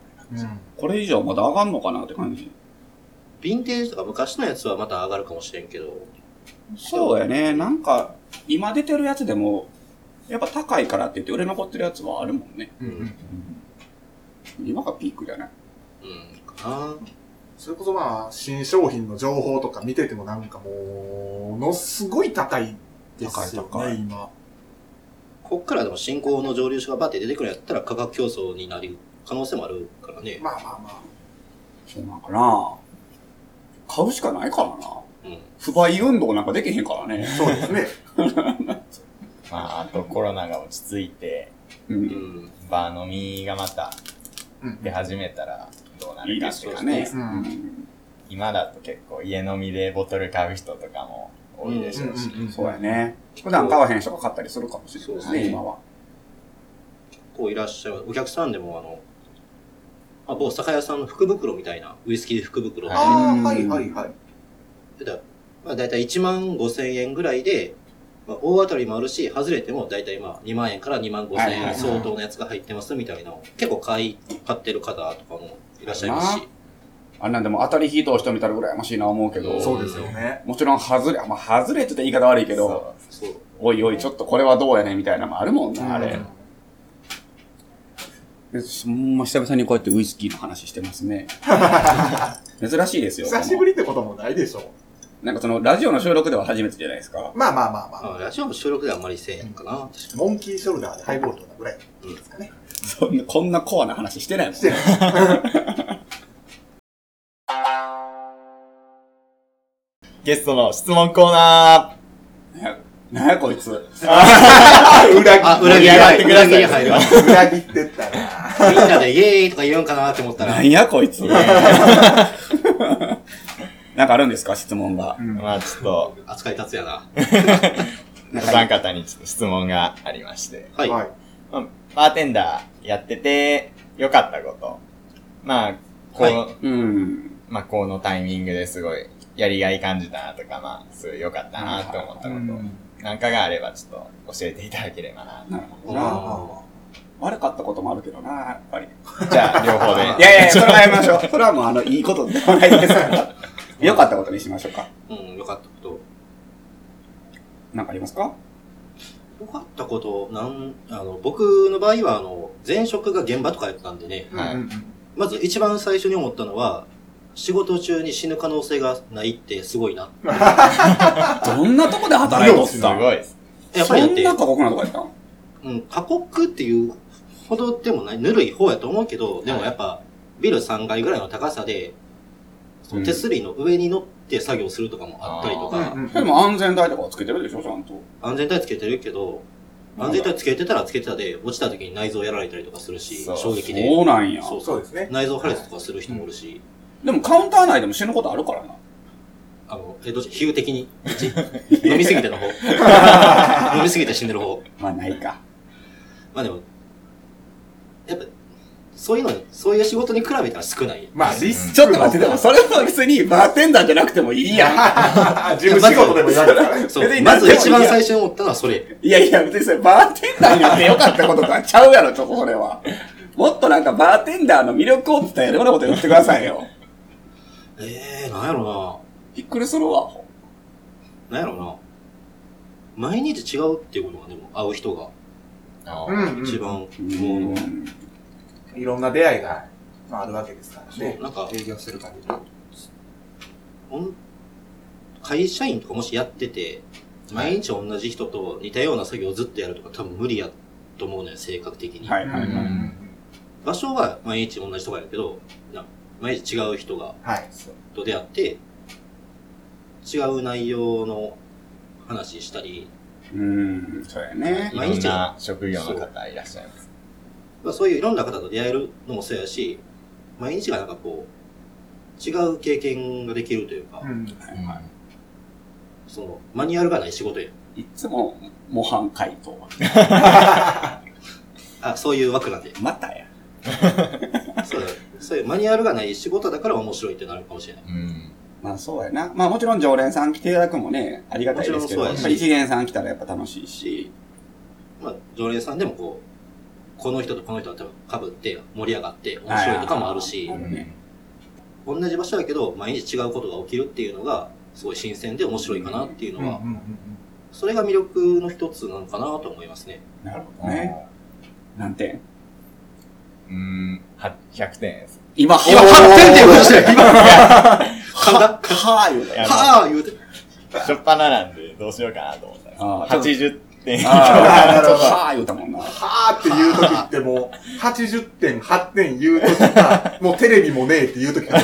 Speaker 3: うん。
Speaker 2: これ以上まだ上がんのかなって感じ。
Speaker 4: ヴィンテージとか昔のやつはまた上がるかもしれんけど。
Speaker 2: そうやね。なんか、今出てるやつでも、やっぱ高いからって言って売れ残ってるやつはあるもんね。
Speaker 3: うんうん。
Speaker 2: 今がピークじゃない。
Speaker 4: うん。かな。
Speaker 3: それこそまあ、新商品の情報とか見ててもなんかものすごい高いですよね、
Speaker 2: 高い高い
Speaker 3: 今。
Speaker 4: こっからでも新興の蒸留酒がバッて出てくるんやったら価格競争になる可能性もあるからね。
Speaker 3: まあまあまあ。
Speaker 2: そうなんかな。買うしかないからな。
Speaker 4: うん。
Speaker 2: 不買運動なんかできへんからね。
Speaker 3: そうですね。
Speaker 1: まあ、あとコロナが落ち着いて、
Speaker 2: う。
Speaker 4: うんん。
Speaker 1: バー飲みがまた
Speaker 3: うん
Speaker 1: 出始めたらどうないるか
Speaker 2: いですよね。
Speaker 3: うん
Speaker 2: うん
Speaker 1: 今だと結構家飲みでボトル買う人とかも多いでしょうし。
Speaker 3: うんうんうん
Speaker 2: そうやね。普段買わへん人が買ったりするかもしれないですね、
Speaker 4: そうですね
Speaker 2: 今は。
Speaker 4: こういらっしゃるお客さんでもあの、あ某酒屋さんの福袋みたいなウイスキー福袋で、
Speaker 3: ああ、はいはいはい。
Speaker 4: だまあ大体いちまんごせんえんぐらいで、まあ、大当たりもあるし、外れても大体まあにまんえんからにまんごせん
Speaker 2: はいはいはい
Speaker 4: 円相当のやつが入ってますみたいなのを結構買い、買ってる方とかもいらっしゃいますし。
Speaker 2: あんなんでも当たり引いた人見たら羨ましいな思うけど。
Speaker 3: そうですよね。
Speaker 2: もちろん外れ、まあ外れって言ったら言い方悪いけど、
Speaker 1: そう
Speaker 4: そう。
Speaker 2: おいおいちょっとこれはどうやねんみたいなのもあるもんな、あれ。
Speaker 3: うん
Speaker 2: でほんま久々にこうやってウイスキーの話してますね。珍しいですよ。
Speaker 3: 久しぶりってこともないでしょ
Speaker 2: なんかそのラジオの収録では初めてじゃないですか。
Speaker 3: う。まあまあまあまあ。
Speaker 4: まあ、ラジオの収録ではあんまりせえへんかな。
Speaker 3: モンキーショルダーでハイボールとかぐらいですかね。
Speaker 2: そんな、こんなコアな話してないもん
Speaker 3: して
Speaker 2: ね。
Speaker 3: ない。
Speaker 1: ゲストの質問コーナ
Speaker 2: なんやこいつ。
Speaker 3: 裏切っ
Speaker 4: あ、裏切り
Speaker 1: やってください
Speaker 4: 裏切り入るわ。
Speaker 3: 裏切ってったな。
Speaker 4: みんなでイエーイとか言うんかなって思ったら
Speaker 2: な、んやこいつ。なんかあるんですか質問が。
Speaker 1: ー。まあちょっと、
Speaker 4: 扱い立つやな。
Speaker 1: お三方にちょっと質問がありまして。
Speaker 4: はい。
Speaker 3: はい。
Speaker 1: まあ、バーテンダーやってて良かったこと。まあ、こう、
Speaker 4: は
Speaker 2: うん。
Speaker 1: まあこのタイミングですごいやりがい感じたなとか、まあ、すごい良かったなと思ったことなんかがあればちょっと教えていただければな。
Speaker 2: なるほどな。
Speaker 3: あ
Speaker 2: 悪かったこともあるけどな、やっぱり。
Speaker 1: じゃあ、両方で。
Speaker 2: いやいやいや、それはやめましょう。それはもうあの、いいことではないですから。良かったことにしましょうか。
Speaker 4: うん、よかったこと。
Speaker 2: なんかありますか
Speaker 4: よかったこと、なん、あの、僕の場合は、あの、前職が現場とかやってたんでね、
Speaker 1: はい
Speaker 3: うんうんうん
Speaker 4: まず一番最初に思ったのは、仕事中に死ぬ可能性がないってすごいな。
Speaker 2: どんなとこで働いとっ
Speaker 1: す
Speaker 2: たん
Speaker 1: ごいです。
Speaker 4: やっぱりだって
Speaker 2: そんな、過酷なとこやったん
Speaker 4: うん、過酷っていうほどでもない、ぬるい方やと思うけど、でもやっぱ、ビルさんがいぐらいの高さで、その手すりの上に乗って作業するとかもあったりとか、
Speaker 3: うんうん
Speaker 2: でも安全帯とかはつけてるでしょ、ちゃんと。
Speaker 4: 安全帯つけてるけど、安全帯つけてたらつけてたで、落ちた時に内臓やられたりとかするし、
Speaker 1: そう
Speaker 4: 衝撃で。
Speaker 2: そうなんや。
Speaker 4: そう
Speaker 3: そうですね。
Speaker 4: 内臓破裂とかする人もおるし、
Speaker 2: でもカウンター内でも死ぬことあるからな。
Speaker 4: あの、え、どっち比喩的に、どっち飲みすぎての方飲みすぎて死んでる方
Speaker 2: まあないか。
Speaker 4: まあでも、やっぱ、そういうのに、そういう仕事に比べたら少ない。
Speaker 3: まあ、リス
Speaker 2: ちょっと待って、でもそれは別にバーテンダーじゃなくてもいいやん。
Speaker 3: 自分仕事でもやるからね。
Speaker 4: そう
Speaker 2: 別。に
Speaker 4: まず一番最初に思ったのはそれ。
Speaker 2: いやいや、別にそれバーテンダーになってよかったこととはちゃうやろ、ちょっとそれは。もっとなんかバーテンダーの魅力をって言ったらやるようなこと言ってくださいよ。
Speaker 4: ええー、なんやろ
Speaker 2: びっくりするわ。
Speaker 4: な。なんやろな。毎日違うっていうことがでも、会う人が
Speaker 1: あー
Speaker 3: うんうん
Speaker 4: 一番思
Speaker 2: う
Speaker 4: うのは。
Speaker 2: ん。
Speaker 3: いろんな出会いが、まあ、あるわけですからね。
Speaker 4: そうなんか
Speaker 3: 営業してる限り。
Speaker 4: ほん会社員とかもしやってて、毎日同じ人と似たような作業をずっとやるとか多分無理やと思うのよ、性格的に。
Speaker 2: はいはいはい。
Speaker 4: 場所は毎日同じとかやけど、な毎日違う人が
Speaker 3: はい。
Speaker 4: と出会って、違う内容の話したり、
Speaker 2: うん、そうやね。
Speaker 1: いろんな職業の方いらっしゃいます。
Speaker 4: まあそういういろんな方と出会えるのもそうやし、毎日がなんかこう、違う経験ができるというか、
Speaker 3: うん。
Speaker 2: はいはい
Speaker 4: その、マニュアルがない仕事や。
Speaker 2: いっつも模範解答。
Speaker 4: あ、そういう枠なんで。
Speaker 2: またや。
Speaker 4: そうだそういうマニュアルがない仕事だから面白いってなるかもしれない。
Speaker 1: うん。
Speaker 2: まあそうやな。まあもちろん常連さん来ていただくもね、ありがたいですけど、
Speaker 4: もちろんそうやし
Speaker 2: やっぱり一元さん来たらやっぱ楽しいし。
Speaker 4: まあ、常連さんでもこう、この人とこの人が多分被って盛り上がって面白いとかもあるし、
Speaker 2: あるね。
Speaker 4: 同じ場所だけど毎日違うことが起きるっていうのがすごい新鮮で面白いかなっていうのは、
Speaker 3: うんうんうん
Speaker 4: それが魅力の一つなのかなと思いますね。
Speaker 2: なるほどね。何点？
Speaker 1: うーん、はひゃくてんです。
Speaker 2: 今、
Speaker 4: 今はってんって言うましたよ、今。噛んだ
Speaker 2: はぁ言うたよ。
Speaker 4: はぁ言うて。
Speaker 1: しょっぱななんでどうしようかなと思ったんです
Speaker 2: あー
Speaker 1: はちじゅってん。
Speaker 2: ああ、
Speaker 3: なるほど
Speaker 2: はぁ言うたもんな。
Speaker 3: はーって言うときってもう、はちじゅってん、はってん言うときか、もうテレビもねえって言うときか。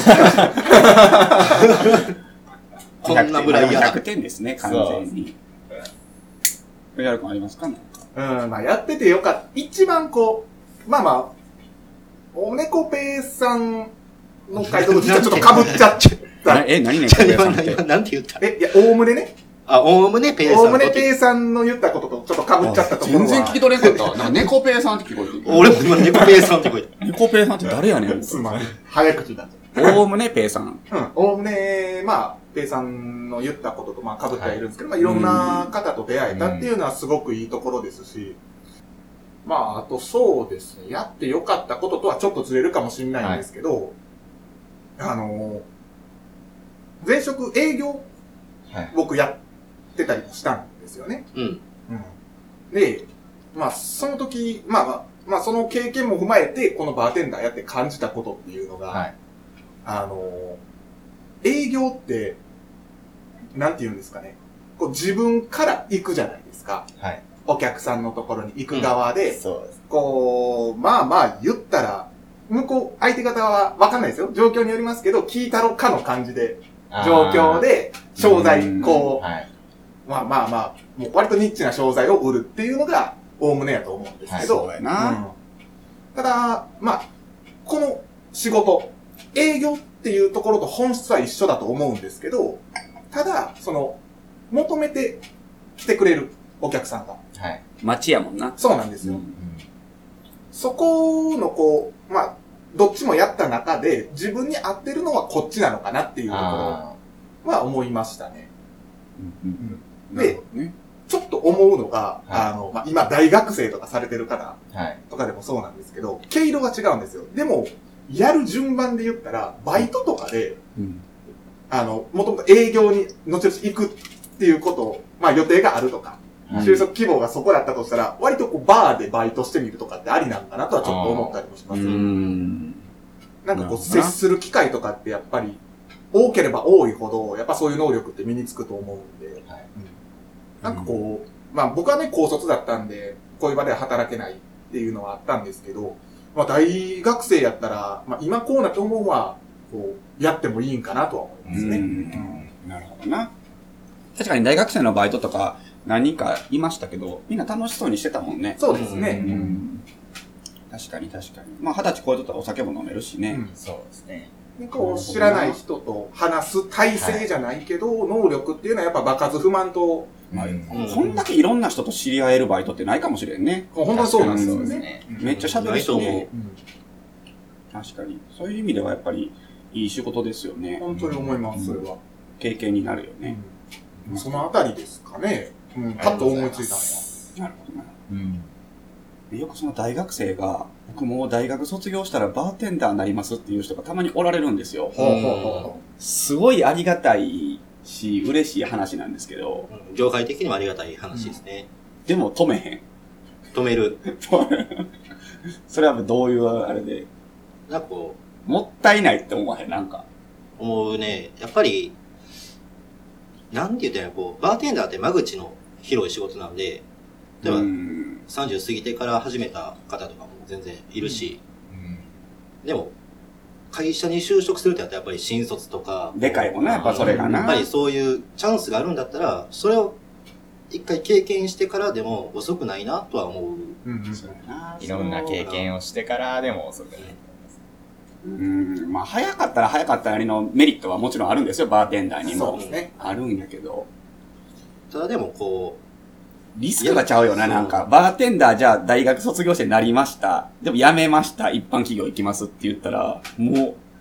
Speaker 4: こんなぐらいや
Speaker 2: ひゃくてんですね、完全に。藤原君ありますか？なんか
Speaker 3: うん、まあやっててよかった。一番こう、まあまあ、お猫ペイさんの回答と実はちょっと被っちゃった。
Speaker 2: なえ、何ね、
Speaker 4: 今、
Speaker 2: 小屋さんって
Speaker 4: 今、なんて言った
Speaker 3: え、いや、おおむねね。
Speaker 4: あ、おおむねペイさんと。
Speaker 3: おおむねペイさんの言ったこととちょっと被っちゃったところは。
Speaker 2: 全然聞き取れんかった。なんか猫ペイさんって聞こえてる。
Speaker 4: 俺も今、猫ペイさんって声で。
Speaker 2: 猫ペイさんって誰やねん。
Speaker 3: すまん。早口になっちゃ
Speaker 2: おおむねペイさん。
Speaker 3: う。うん。おおむね、まあ、ペイさんの言ったことと、まあ、被ってはいるんですけど、まあ、いろんな方と出会えたっていうのはすごくいいところですし、まあ、あとそうですね、やってよかったこととはちょっとずれるかもしれないんですけど、あの、前職営業、
Speaker 1: はい。
Speaker 3: 僕やってたりもしたんですよね。
Speaker 4: うん。
Speaker 3: うん。で、まあ、その時、まあまあ、まあ、その経験も踏まえて、このバーテンダーやって感じたことっていうのが、
Speaker 1: はい。
Speaker 3: あの、営業って、なんて言うんですかね。こう自分から行くじゃないですか。
Speaker 1: はい。
Speaker 3: お客さんのところに行く側で、
Speaker 1: そうです。
Speaker 3: こう、まあまあ言ったら、向こう、相手方はわかんないですよ。状況によりますけど、聞いたろかの感じで、状況で、商材、こう、
Speaker 1: はい。
Speaker 3: まあまあまあ、もう割とニッチな商材を売るっていうのが、おおむねやと思うんですけど、
Speaker 2: そうやな。
Speaker 3: うんただ、まあ、この仕事、営業っていうところと本質は一緒だと思うんですけど、ただ、その、求めて来てくれるお客さんが。
Speaker 1: はい。
Speaker 2: 街やもんな。
Speaker 3: そうなんですよ。
Speaker 2: うん
Speaker 3: そこのこう、まあ、どっちもやった中で、自分に合ってるのはこっちなのかなっていうとこ
Speaker 1: あ
Speaker 3: ろは思いましたね。
Speaker 2: うんうん
Speaker 3: で、
Speaker 2: ね。
Speaker 3: ちょっと思うのが、
Speaker 1: はい
Speaker 3: あの、まあ、今大学生とかされてる方
Speaker 1: あ。はい。
Speaker 3: とかでもそうなんですけど、毛色が違うんですよ。でも、やる順番で言ったら、バイトとかで、
Speaker 2: うん
Speaker 3: あの、もともと営業に後々行くっていうことを、まあ予定があるとか、
Speaker 1: はい
Speaker 3: 就職希望がそこだったとしたら、割とこうバーでバイトしてみるとかってありなのかなとはちょっと思ったりもします。
Speaker 2: うん。
Speaker 3: なんかこう
Speaker 2: なるほどな
Speaker 3: 接する機会とかってやっぱり、多ければ多いほど、やっぱそういう能力って身につくと思うんで、
Speaker 1: はい
Speaker 3: うんなんかこう、まあ僕はね、高卒だったんで、こういう場では働けないっていうのはあったんですけど、まあ大学生やったら、まあ今こうなと思うのは、こう、やってもいいんかなとは思いますね。
Speaker 2: うん
Speaker 3: うん
Speaker 2: なるほどな。確かに大学生のバイトとか何人かいましたけど、みんな楽しそうにしてたもんね。
Speaker 3: そうですね。
Speaker 2: う
Speaker 3: うん
Speaker 2: ん。確かに確かに。まあ二十歳超えとったらお酒も飲めるしね。
Speaker 3: うん
Speaker 1: そうですね。
Speaker 3: でこう知らない人と話す体制じゃないけど、能力っていうのはやっぱ場数不満と、
Speaker 2: まあ
Speaker 1: うん
Speaker 2: こんだけいろんな人と知り合えるバイトってないかもしれんね。
Speaker 3: 本当にそうなんですよ
Speaker 1: そうです
Speaker 3: ね。
Speaker 1: ね。
Speaker 3: うん
Speaker 2: めっちゃ喋るしね。
Speaker 3: うん
Speaker 2: 確かに。そういう意味ではやっぱりいい仕事ですよね。
Speaker 3: 本当に思います、それは。
Speaker 2: 経験になるよね。
Speaker 3: うんそのあたりですかね。うん、パッと思いついたのは。
Speaker 2: なるほどな。
Speaker 1: うん。
Speaker 2: でよくその大学生が、僕もう大学卒業したらバーテンダーになりますっていう人がたまにおられるんですよ。
Speaker 3: ほうほうほうほ
Speaker 2: すごいありがたいし、嬉しい話なんですけど、
Speaker 4: うん業界的にもありがたい話ですね。
Speaker 2: でも止めへん。
Speaker 4: 止める。
Speaker 2: それはどういうあれで、
Speaker 4: なんかこ
Speaker 2: もったいないって思わへん、なんか。
Speaker 4: う、思うね。やっぱり、なんて言ったらいいのこう、バーテンダーって間口の広い仕事なんで、例えば
Speaker 2: うん
Speaker 4: さんじゅう過ぎてから始めた方とかも全然いるし、
Speaker 1: うん。
Speaker 4: でも、会社に就職するってなったらやっぱり新卒とか、
Speaker 2: でかいもんな、やっぱそれがな。
Speaker 4: やっぱりそういうチャンスがあるんだったら、それを一回経験してからでも遅くないなとは思う。
Speaker 3: う。うんうん
Speaker 2: そうやない
Speaker 1: ろんな経験をしてからでも遅くないと思います。
Speaker 2: うん、まあ早かったら早かったなりのメリットはもちろんあるんですよ、バーテンダーにも。
Speaker 3: そうですね。
Speaker 2: あるんやけど。
Speaker 4: ただでもこ
Speaker 2: リスクがちゃうよな、
Speaker 4: いや
Speaker 2: なんか。バーテンダーじゃあ大学卒業してなりました。でも辞めました。一般企業行きますって言ったら、もう、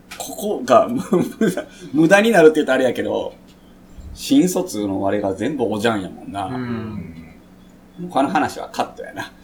Speaker 2: ここが無駄、無駄になるって言うとあれやけど、新卒のあれが全部おじゃんやもんな。
Speaker 3: う。
Speaker 1: うんん。
Speaker 2: この話はカットやな。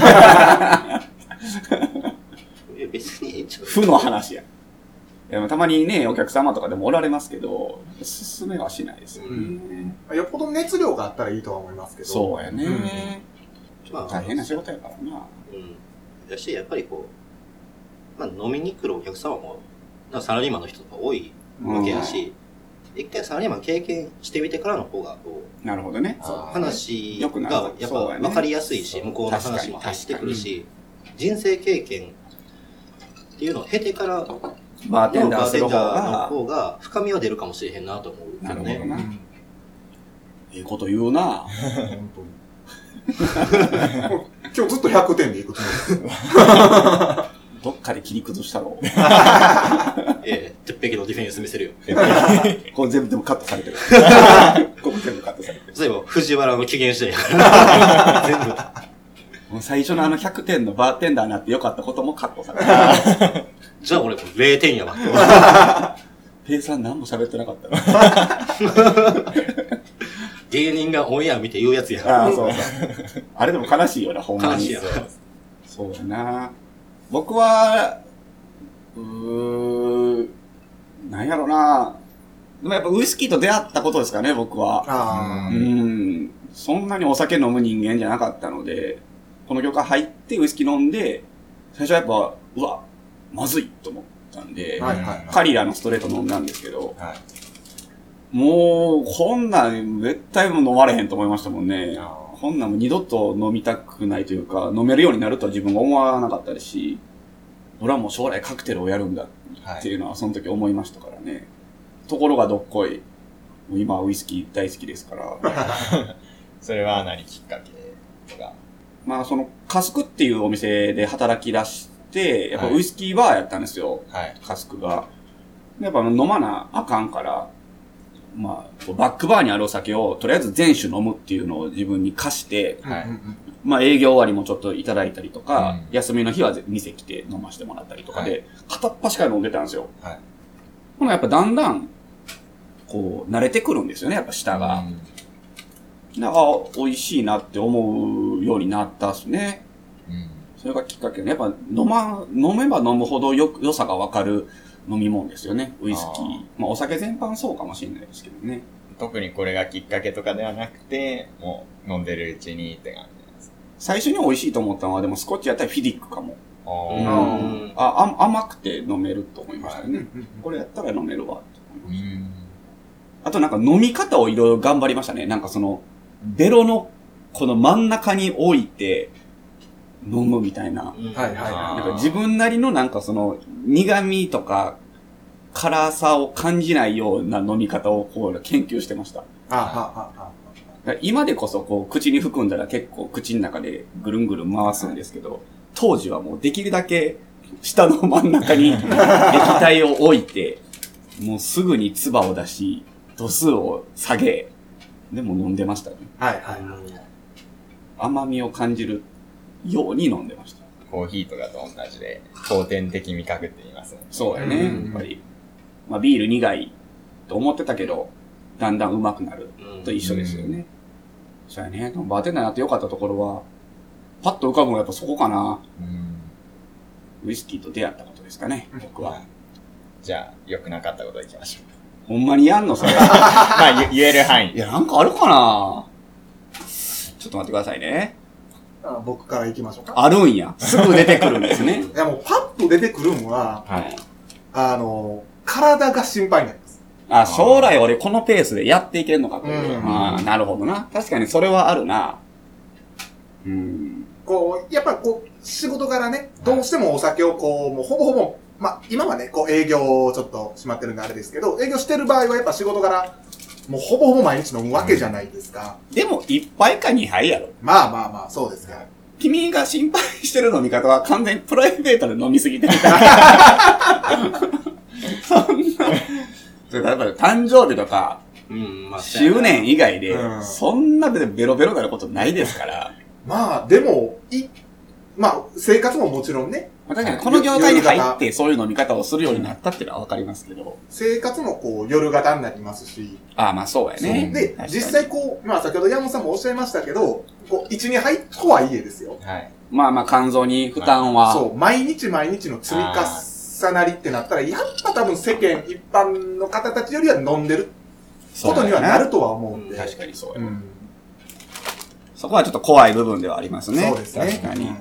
Speaker 4: いや別にええんちゃう
Speaker 2: 負の話や。いやたまにね、お客様とかでもおられますけど、進めはしないですよね。
Speaker 3: よっぽど熱量があったらいいとは思いますけど。
Speaker 2: そうやね、
Speaker 3: うん
Speaker 4: まあ
Speaker 2: 大変な仕事やからな。
Speaker 4: うん。だし、やっぱりこう、まあ飲みに来るお客様も、なんかサラリーマンの人とか多いわけやし、一回サラリーマン経験してみてからの方が、こう、
Speaker 2: なるほどね。
Speaker 3: そう
Speaker 4: 話
Speaker 2: よくなる
Speaker 4: がやっぱ
Speaker 2: そうやね
Speaker 4: 分かりやすいし、向こうの話も入ってくるし、人生経験っていうのを経てからの
Speaker 2: バーテンダー
Speaker 4: バーテン
Speaker 2: する方
Speaker 4: ダーの
Speaker 2: が、
Speaker 4: 方が深みは出るかもしれへんなと思うけどね。
Speaker 2: なるほどな。
Speaker 3: うん
Speaker 2: いいこと言うな。
Speaker 3: 本当に。今日ずっとひゃくてんでいくつもり。
Speaker 2: どっかで切り崩したろ。
Speaker 4: ええ、鉄壁のディフェンス見せるよ。
Speaker 2: これ全部でもカットされてる。ここ全部カットされてる。
Speaker 4: 例えば、藤原の機嫌次第やから。全部。
Speaker 2: もう最初のあのひゃくてんのバーテンダーになってよかったこともカットされてる。
Speaker 4: じゃあ俺もれいてんやわ。
Speaker 2: ペイさん何も喋ってなかったな。
Speaker 4: 芸人がオンエア見て言うやつや。
Speaker 2: ああ、そうそう。あれでも悲しいよな、ほんまに。
Speaker 4: 悲しいや
Speaker 2: そうやな。僕は、うー、なんやろな。でもやっぱウイスキーと出会ったことですかね、僕は。
Speaker 3: あ
Speaker 2: うーん。そんなにお酒飲む人間じゃなかったので、この業界入ってウイスキー飲んで、最初はやっぱ、うわ、まずいと思ったんで、
Speaker 3: あ。はいはいはい。
Speaker 2: カリラのストレート飲んだんですけど、
Speaker 1: はい。
Speaker 2: もう、こんなん絶対もう飲まれへんと思いましたもんね。
Speaker 1: あ
Speaker 2: こんなんも二度と飲みたくないというか、飲めるようになるとは自分が思わなかったですし、俺はもう将来カクテルをやるんだっていうのはその時思いましたからね。ところがどっこい。もう今はウイスキー大好きですから。
Speaker 1: それは何きっかけとか。
Speaker 2: まあその、カスクっていうお店で働き出して、やっぱウイスキーバーやったんですよ。
Speaker 1: はい。
Speaker 2: カスクが。やっぱ飲まなあかんから、まあ、バックバーにあるお酒をとりあえず全種飲むっていうのを自分に課して、
Speaker 1: はい
Speaker 3: うんうん
Speaker 2: まあ営業終わりもちょっといただいたりとか、
Speaker 1: うん
Speaker 2: 休みの日は店来て飲ませてもらったりとかで、
Speaker 1: はい
Speaker 2: 片っ端から飲んでたんですよ。
Speaker 1: はい。
Speaker 2: ほなやっぱだんだん、こう、慣れてくるんですよね、やっぱ舌が。なんか、美味しいなって思うようになったっすね。
Speaker 1: うん。
Speaker 2: それがきっかけで、やっぱ飲ま、飲めば飲むほどよ、良さがわかる飲み物ですよね、ウイスキー。
Speaker 1: あー
Speaker 2: まあお酒全般そうかもしれないですけどね。
Speaker 1: 特にこれがきっかけとかではなくて、もう飲んでるうちにって感じなんです。
Speaker 2: 最初に美味しいと思ったのは、でもスコッチやったらフィディックかも。
Speaker 1: あ
Speaker 2: うん
Speaker 1: ー
Speaker 2: ああ甘くて飲めると思いましたね。
Speaker 3: うんうん
Speaker 2: これやったら飲めるわ、と思いました。
Speaker 1: うん。
Speaker 2: あとなんか飲み方をいろいろ頑張りましたね。なんかその、ベロのこの真ん中に置いて飲むみたいな。
Speaker 4: うん
Speaker 3: はいはいはい
Speaker 2: なんか自分なりのなんかその苦味とか辛さを感じないような飲み方をこう研究してました。
Speaker 3: あははは
Speaker 2: だから今でこそこう口に含んだら結構口の中でぐるんぐるん回すんですけど、当時はもうできるだけ下の真ん中に液体を置いて、もうすぐに唾を出し、度数を下げ、でも飲んでましたね。
Speaker 3: はいはいはい。
Speaker 2: 甘みを感じるように飲んでました。
Speaker 1: コーヒーとかと同じで、後天的味覚って言いますもんね。
Speaker 2: そうやね、
Speaker 3: うん
Speaker 2: やっぱり。まあビール苦いと思ってたけど、だんだん上手くなる
Speaker 4: うん
Speaker 2: と一緒ですよね。そうやね。バーテンダーになってよかったところは、パッと浮かぶのはやっぱそこかな。
Speaker 1: うん。
Speaker 2: ウイスキーと出会ったことですかね、僕は。
Speaker 1: じゃあ、良くなかったこといきましょう。
Speaker 2: ほんまにやんのそれ。
Speaker 1: まあ、言言える範囲
Speaker 2: い。や、なんかあるかなちょっと待ってくださいね。
Speaker 3: あ僕から行きましょうか。
Speaker 2: あるんや。すぐ出てくるんですね。
Speaker 3: いやもうパッと出てくるんは、
Speaker 2: はい。
Speaker 3: あの、体が心配になります。
Speaker 2: あ、将来俺このペースでやっていけるのかという。
Speaker 3: うん
Speaker 2: ああ、なるほどな。確かにそれはあるな。うん。
Speaker 3: こう、やっぱこう、仕事柄ね、どうしてもお酒をこう、もうほぼほぼ、まあ、今はね、こう営業をちょっと閉まってるんであれですけど、営業してる場合はやっぱ仕事柄、もうほぼほぼ毎日飲むわけじゃないですか。
Speaker 2: でも、一杯か二杯やろ。
Speaker 3: まあまあまあ、そうですが。
Speaker 2: 君が心配してる飲み方は完全にプライベートで飲みすぎてるから。そんな。それ例えば誕生日とか、
Speaker 4: うん、まあ、
Speaker 2: 周年以外で、
Speaker 3: うん
Speaker 2: そんなでベロベロになることないですから。
Speaker 3: まあ、でも、い、まあ、生活ももちろんね、
Speaker 2: まあ、確かにこの業界に入ってそういう飲み方をするようになったっていうのはわかりますけど。
Speaker 3: 生活もこう夜型になりますし。
Speaker 2: ああ、まあそうやね。
Speaker 3: で、実際こう、まあ先ほど山本さんもおっしゃいましたけど、こう、一に入とはいえですよ。
Speaker 1: はい。
Speaker 2: まあまあ肝臓に負担は。
Speaker 3: そう、毎日毎日の積み重なりってなったら、やっぱ多分世間一般の方たちよりは飲んでることにはなるとは思うんで。
Speaker 2: 確かにそうや、
Speaker 3: うん。
Speaker 2: そこはちょっと怖い部分ではありますね。
Speaker 3: そうですね。
Speaker 2: 確かに。
Speaker 3: うん、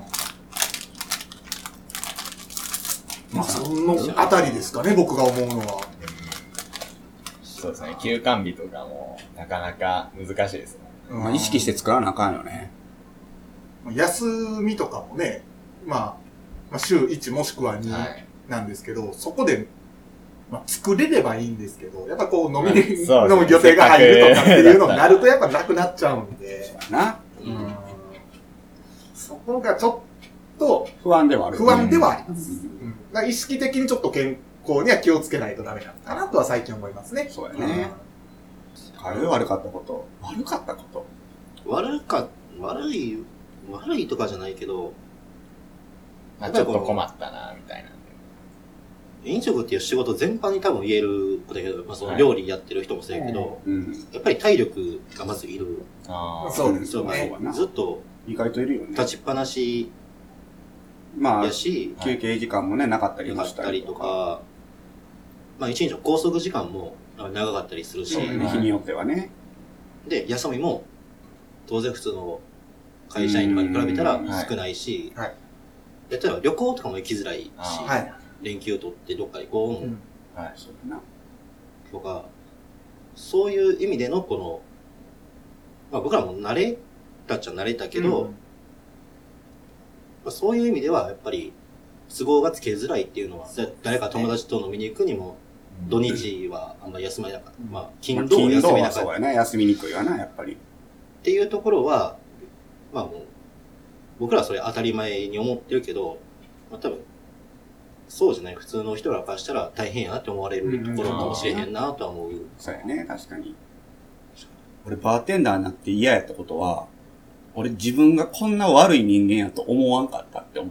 Speaker 3: まあ、そのあたりですかね、僕が思うのは。
Speaker 1: そうですね。休館日とかも、なかなか難しいですね。
Speaker 3: うん、
Speaker 2: まあ、意識して作らなあかんよね。
Speaker 3: 休みとかもね、まあ、まあ、週いちもしくはになんですけど、はい、そこで、まあ、作れればいいんですけど、やっぱこう飲み、まあ、飲む予定が入るとかっていうのになるとやっぱなくなっちゃうんで。
Speaker 2: そうやな。
Speaker 3: うん。そこがちょっと、
Speaker 2: 不安ではある。
Speaker 3: 不安ではあります。うん。だから意識的にちょっと健康には気をつけないとダメなのかなとは最近思いますね。
Speaker 2: そうやね。あれ悪かったこと。悪かったこと。
Speaker 4: 悪か、悪い、悪いとかじゃないけど、
Speaker 1: まあちょっと困ったな、みたいな。
Speaker 4: 飲食っていう仕事全般に多分言えることだけど、まあその料理やってる人もそうやけど、はいうん、やっぱり体力がまずいる。
Speaker 3: ああ、そうです
Speaker 4: ね。ずっと、
Speaker 2: 意外といるよね。
Speaker 4: 立ちっぱなし、
Speaker 2: まあ、
Speaker 4: やし、
Speaker 2: 休憩時間もね、なかったり
Speaker 4: もしたりとか、まあ一日の拘束時間も長かったりするし、
Speaker 2: うん、日によってはね。
Speaker 4: で、休みも、当然普通の会社員とかに比べたら少ないし、はいはい、例えば旅行とかも行きづらいし、はい、連休取ってどっか行こうも、うんはい、そうだなとか、そういう意味でのこの、まあ僕らも慣れたっちゃ慣れたけど、うんまあ、そういう意味ではやっぱり都合がつけづらいっていうのは、誰か友達と飲みに行くにも、土日はあんまり休まなかった。うん、まあ、金土は休みなかった。まあ、
Speaker 2: そうやな、休みにくいわな、やっぱり。
Speaker 4: っていうところは、まあもう、僕らはそれ当たり前に思ってるけど、まあ多分、そうじゃない普通の人らからしたら大変やなって思われるところかもしれへんなとは思う。うん、
Speaker 2: そうやね、確かに。俺バーテンダーになって嫌やったことは、俺自分がこんな悪い人間やと思わんかったって思う。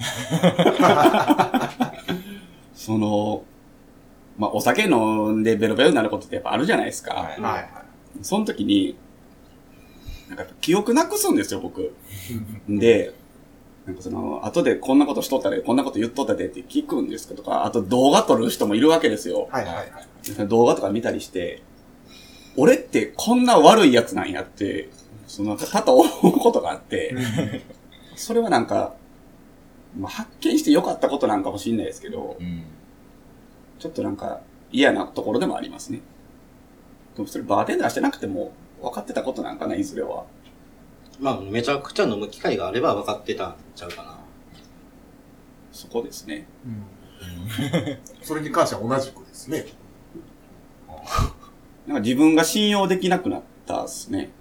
Speaker 2: その、まあ、お酒飲んでベロベロになることってやっぱあるじゃないですか。はいはい。その時に、なんか記憶なくすんですよ、僕。で、なんかその、後でこんなことしとったで、こんなこと言っとったでって聞くんですけどとか、あと動画撮る人もいるわけですよ。はいはいはい。動画とか見たりして、俺ってこんな悪いやつなんやって、その、多々思うことがあって、それはなんか、まあ、発見して良かったことなんかもしれないですけど、うん、ちょっとなんか嫌なところでもありますね。でもそれバーテンダーしてなくても分かってたことなんかな、いずれは。
Speaker 4: まあ、めちゃくちゃ飲む機会があれば分かってたんちゃうかな。
Speaker 2: そこですね。うん、
Speaker 3: それに関しては同じくですね。
Speaker 2: なんか自分が信用できなくなったですね。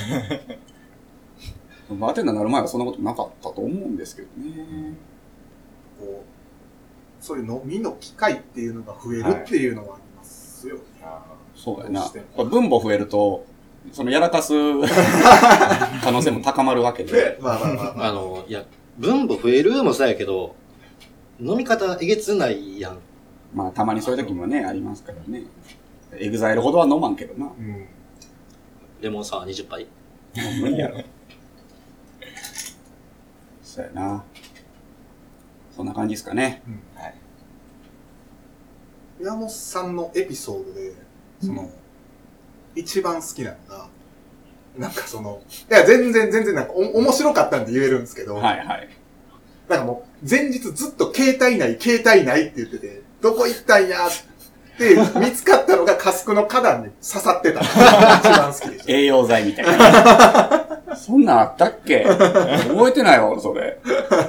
Speaker 2: バーテンダーになる前はそんなことなかったと思うんですけどね。
Speaker 3: こう、そういう飲みの機会っていうのが増えるっていうのはありますよね。はい、
Speaker 2: そうだよな。分母増えると、そのやらかす可能性も高まるわけで。
Speaker 4: まあまあまあ。あの、いや、分母増えるもそうやけど、飲み方えげつないやん。
Speaker 2: まあたまにそういう時もね、ありますからね。エグザイルほどは飲まんけどな。うん、
Speaker 4: レモンサワーにじゅっぱい。
Speaker 2: 無理やろ。そうやな。そんな感じですかね。うん、はい。
Speaker 3: 山本さんのエピソードで、その、うん、一番好きなのが、なんかその、いや、全然全然なんかお面白かったんで言えるんですけど、はいはい。なんかもう、前日ずっと携帯ない、携帯ないって言ってて、どこ行ったんやって見つかったのがカスクの花壇に刺さってたのが一番好きでした。
Speaker 2: 栄養剤みたいな。そんなんあったっけ覚えてないわ、それ。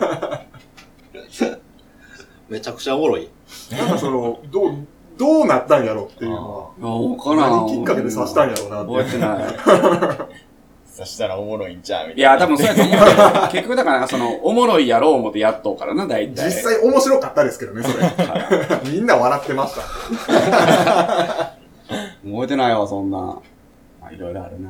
Speaker 4: めちゃくちゃおもろい。
Speaker 3: なんかその、どう、どうなったんやろっていうのは。
Speaker 2: わからん。
Speaker 3: 何きっかけで刺したんやろうなって。
Speaker 2: 覚えてない。
Speaker 1: 刺したらおもろいんちゃうみたいな。
Speaker 2: いや、多分そうやと思うけど、結局だから、その、おもろいやろう思ってやっとうからな、大体。
Speaker 3: 実際面白かったですけどね、それ。みんな笑ってました。
Speaker 2: 覚えてないわ、そんな。まあ、いろいろあるな。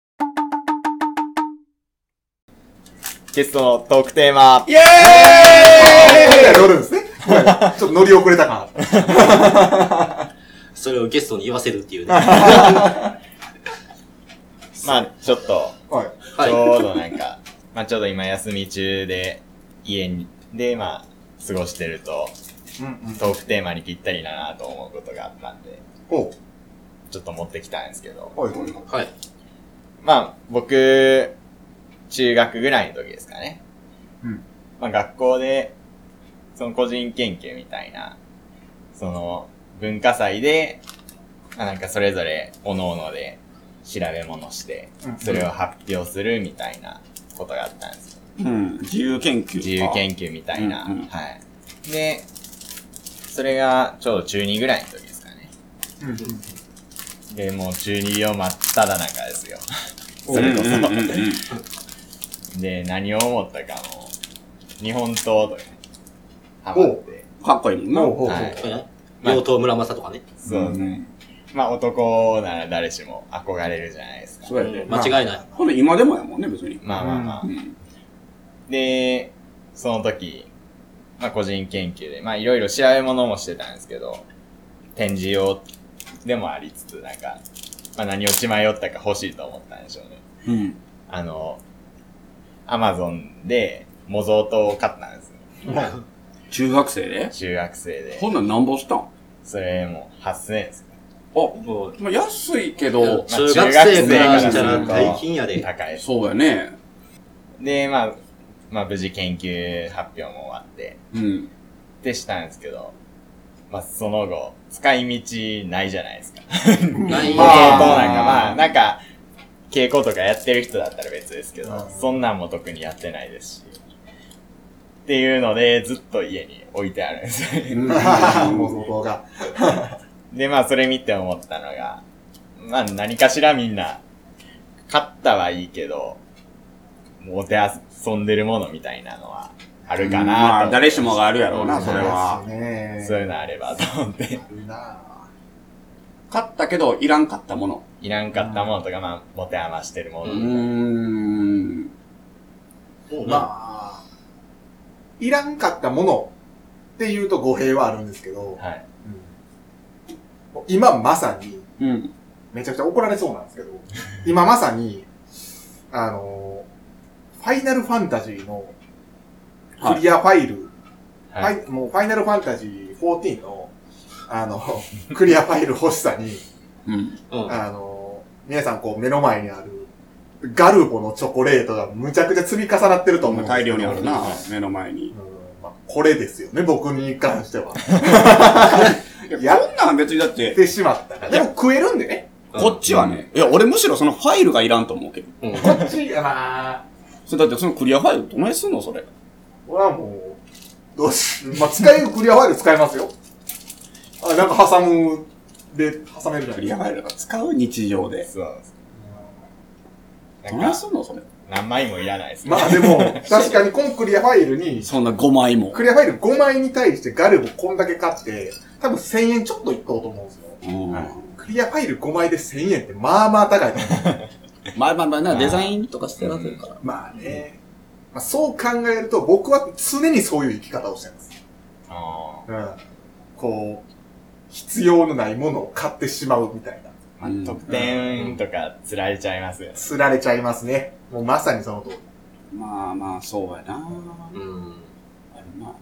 Speaker 1: ゲストのトークテーマ。
Speaker 2: イェーイ
Speaker 3: えー乗るんですね。ちょっと乗り遅れたかな。
Speaker 4: それをゲストに言わせるっていうね。
Speaker 1: まあ、ちょっと、
Speaker 3: はい。
Speaker 1: ちょうどなんか、まあちょうど今休み中で、家に、で、まあ、過ごしてると、
Speaker 3: うんうん。
Speaker 1: トークテーマにぴったりだなと思うことがあったんで、
Speaker 3: お
Speaker 1: ちょっと持ってきたんですけど、
Speaker 3: はいはいはい。
Speaker 4: はい。
Speaker 1: まあ、僕、中学ぐらいの時ですかね。
Speaker 3: うん。
Speaker 1: まあ学校で、その個人研究みたいな、その文化祭で、まあなんかそれぞれ各々で調べ物して、それを発表するみたいなことがあったんですよ。
Speaker 2: うん。自由研究。
Speaker 1: 自由研究みたいな。
Speaker 2: うんうん
Speaker 1: はい。で、それがちょうど中にぐらいの時ですかね。
Speaker 3: うんうん。
Speaker 1: で、もう中にを真っ只中ですよ。それこそ。
Speaker 2: うんうんうんうん
Speaker 1: で、何を思ったかもう、日本刀とかね、ハマって。
Speaker 2: かっこいいもんな。
Speaker 3: ほうほうほう。
Speaker 1: はい
Speaker 4: 両党村正とかね。
Speaker 1: そうですね。まあ男なら誰しも憧れるじゃないですか。
Speaker 2: そうやで。
Speaker 4: 間違いない。
Speaker 2: ほんで今でもやもんね、別に。
Speaker 1: まあまあまあ。
Speaker 2: うん
Speaker 1: で、その時、まあ個人研究で、まあいろいろ調べ物もしてたんですけど、展示用でもありつつ、なんか、まあ何を血迷ったか欲しいと思ったんでしょうね。
Speaker 2: うん。
Speaker 1: あの、アマゾンで模造刀を買ったんですよ。
Speaker 2: 中学生で
Speaker 1: 中学生で。
Speaker 2: ほんなんなんぼしたん
Speaker 1: それもうはっせんえんですか。
Speaker 2: あ、まあ、安いけど、
Speaker 4: 中学生からしたら大金やで。
Speaker 1: 高いです。
Speaker 2: そうやね。
Speaker 1: で、まあ、まあ無事研究発表も終わって、
Speaker 2: うん。
Speaker 1: でしたんですけど、まあその後、使い道ないじゃないですか。
Speaker 4: ない
Speaker 1: 模造刀なんかまあ、なんか、稽古とかやってる人だったら別ですけど、そんなんも特にやってないですし。っていうので、ずっと家に置いてあるんですよね。
Speaker 3: 模造刀が。
Speaker 1: で、まあそれ見て思ったのが、まあ何かしらみんな、買ったはいいけど、もて遊んでるものみたいなのはあるかなと。
Speaker 2: まあ、誰しもがあるやろうな、それは。
Speaker 3: ね
Speaker 1: そういうのあればと思って。
Speaker 3: あるな
Speaker 2: 買ったけど、いらんかったもの。
Speaker 1: いらんかったものとか、まあ、持て余してるものみたいな。
Speaker 2: うーん。
Speaker 4: もうな、
Speaker 3: まあ、いらんかったものっていうと語弊はあるんですけど、
Speaker 1: はい。
Speaker 3: うん、今まさに、
Speaker 2: うん。
Speaker 3: めちゃくちゃ怒られそうなんですけど、今まさに、あの、ファイナルファンタジーのクリアファイル、
Speaker 1: はい。
Speaker 3: ファイもうファイナルファンタジーじゅうよんの、あの、クリアファイル欲しさに、
Speaker 2: うん。
Speaker 4: うん。
Speaker 3: あの、皆さんこう目の前にある、ガルボのチョコレートがむちゃくちゃ積み重なってると思うんです
Speaker 2: 大
Speaker 3: けど
Speaker 2: 量にあるな、目の前に。
Speaker 3: うんまあ、これですよね、僕に関しては。
Speaker 2: いや、こんなん別にだっ、
Speaker 3: やっててしまったから。でも食えるんでね。
Speaker 2: こっちはね、いや、俺むしろそのファイルがいらんと思うけど。
Speaker 4: うん。
Speaker 3: こっち、まあ、
Speaker 2: それだってそのクリアファイルどないすんのそれ。
Speaker 3: 俺はもう、どうし、まあ、使えるクリアファイル使えますよ。あ、なんか挟む、で、挟めるじゃないですか。
Speaker 2: クリアファイルが使う日常で。
Speaker 1: そうなんです。
Speaker 2: ど
Speaker 1: なんか、
Speaker 2: ないすんのそれ。
Speaker 1: 何枚もいらないですね。
Speaker 3: まあでも、確かにこのクリアファイルに、
Speaker 2: そんなごまいも。
Speaker 3: クリアファイルごまいに対してガルボこんだけ買って、多分せんえんちょっといっとうと思うんですよ。
Speaker 2: うん。
Speaker 3: はいクリアファイルごまいでせんえんってまあまあ高いと思う。
Speaker 2: まあまあまあな、デザインとかしてらせるから。
Speaker 3: まあね。まあ、そう考えると僕は常にそういう生き方をしてます。
Speaker 1: あ
Speaker 3: うん。こう、必要のないものを買ってしまうみたいな。
Speaker 1: ーまあ得点とか釣られちゃいますよね。
Speaker 3: 釣られちゃいますね。もうまさにその通り。
Speaker 2: まあまあ、そうやな。
Speaker 4: うん。
Speaker 2: あるな。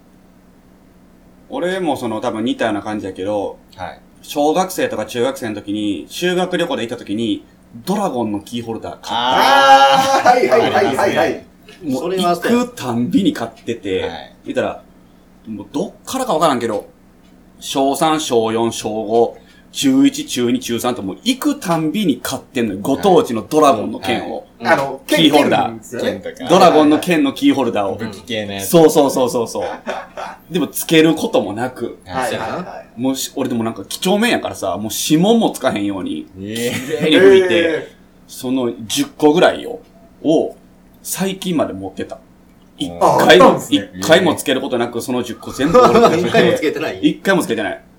Speaker 2: 俺もその多分似たような感じやけど、
Speaker 1: はい。
Speaker 2: 小学生とか中学生の時に、修学旅行で行った時に、ドラゴンのキーホルダー買っ
Speaker 3: ああ、はいはいはいはいはい。
Speaker 2: た。も
Speaker 4: そうれはそう
Speaker 2: 行くたんびに買ってて、
Speaker 1: はい
Speaker 2: 見たら、もうどっからかわからんけど、小さん、小よん、小ご、中いち、中に、中さんともう行くたんびに買ってんのよ。ご当地のドラゴンの剣を。
Speaker 3: あの、
Speaker 2: キーホルダー
Speaker 3: 剣ですよね。
Speaker 1: 剣とか。
Speaker 2: ドラゴンの剣のキーホルダーを。
Speaker 1: 武器系のやつ。
Speaker 2: そうそうそうそうそう。でも、つけることもなく、
Speaker 3: はい
Speaker 4: そうやな
Speaker 3: はいはい。
Speaker 2: もうし、俺でもなんか几帳面やからさ、もう指紋もつかへんように、
Speaker 1: え
Speaker 2: 綺麗に拭いて、
Speaker 3: え
Speaker 2: そのじゅっこぐらいを、を、最近まで持ってた。一
Speaker 1: あ
Speaker 2: 回も、
Speaker 3: あったんですね
Speaker 2: 一回もつけることなく、そのじゅっこ全部俺
Speaker 4: 一回もつけてない
Speaker 2: 一回もつけてない。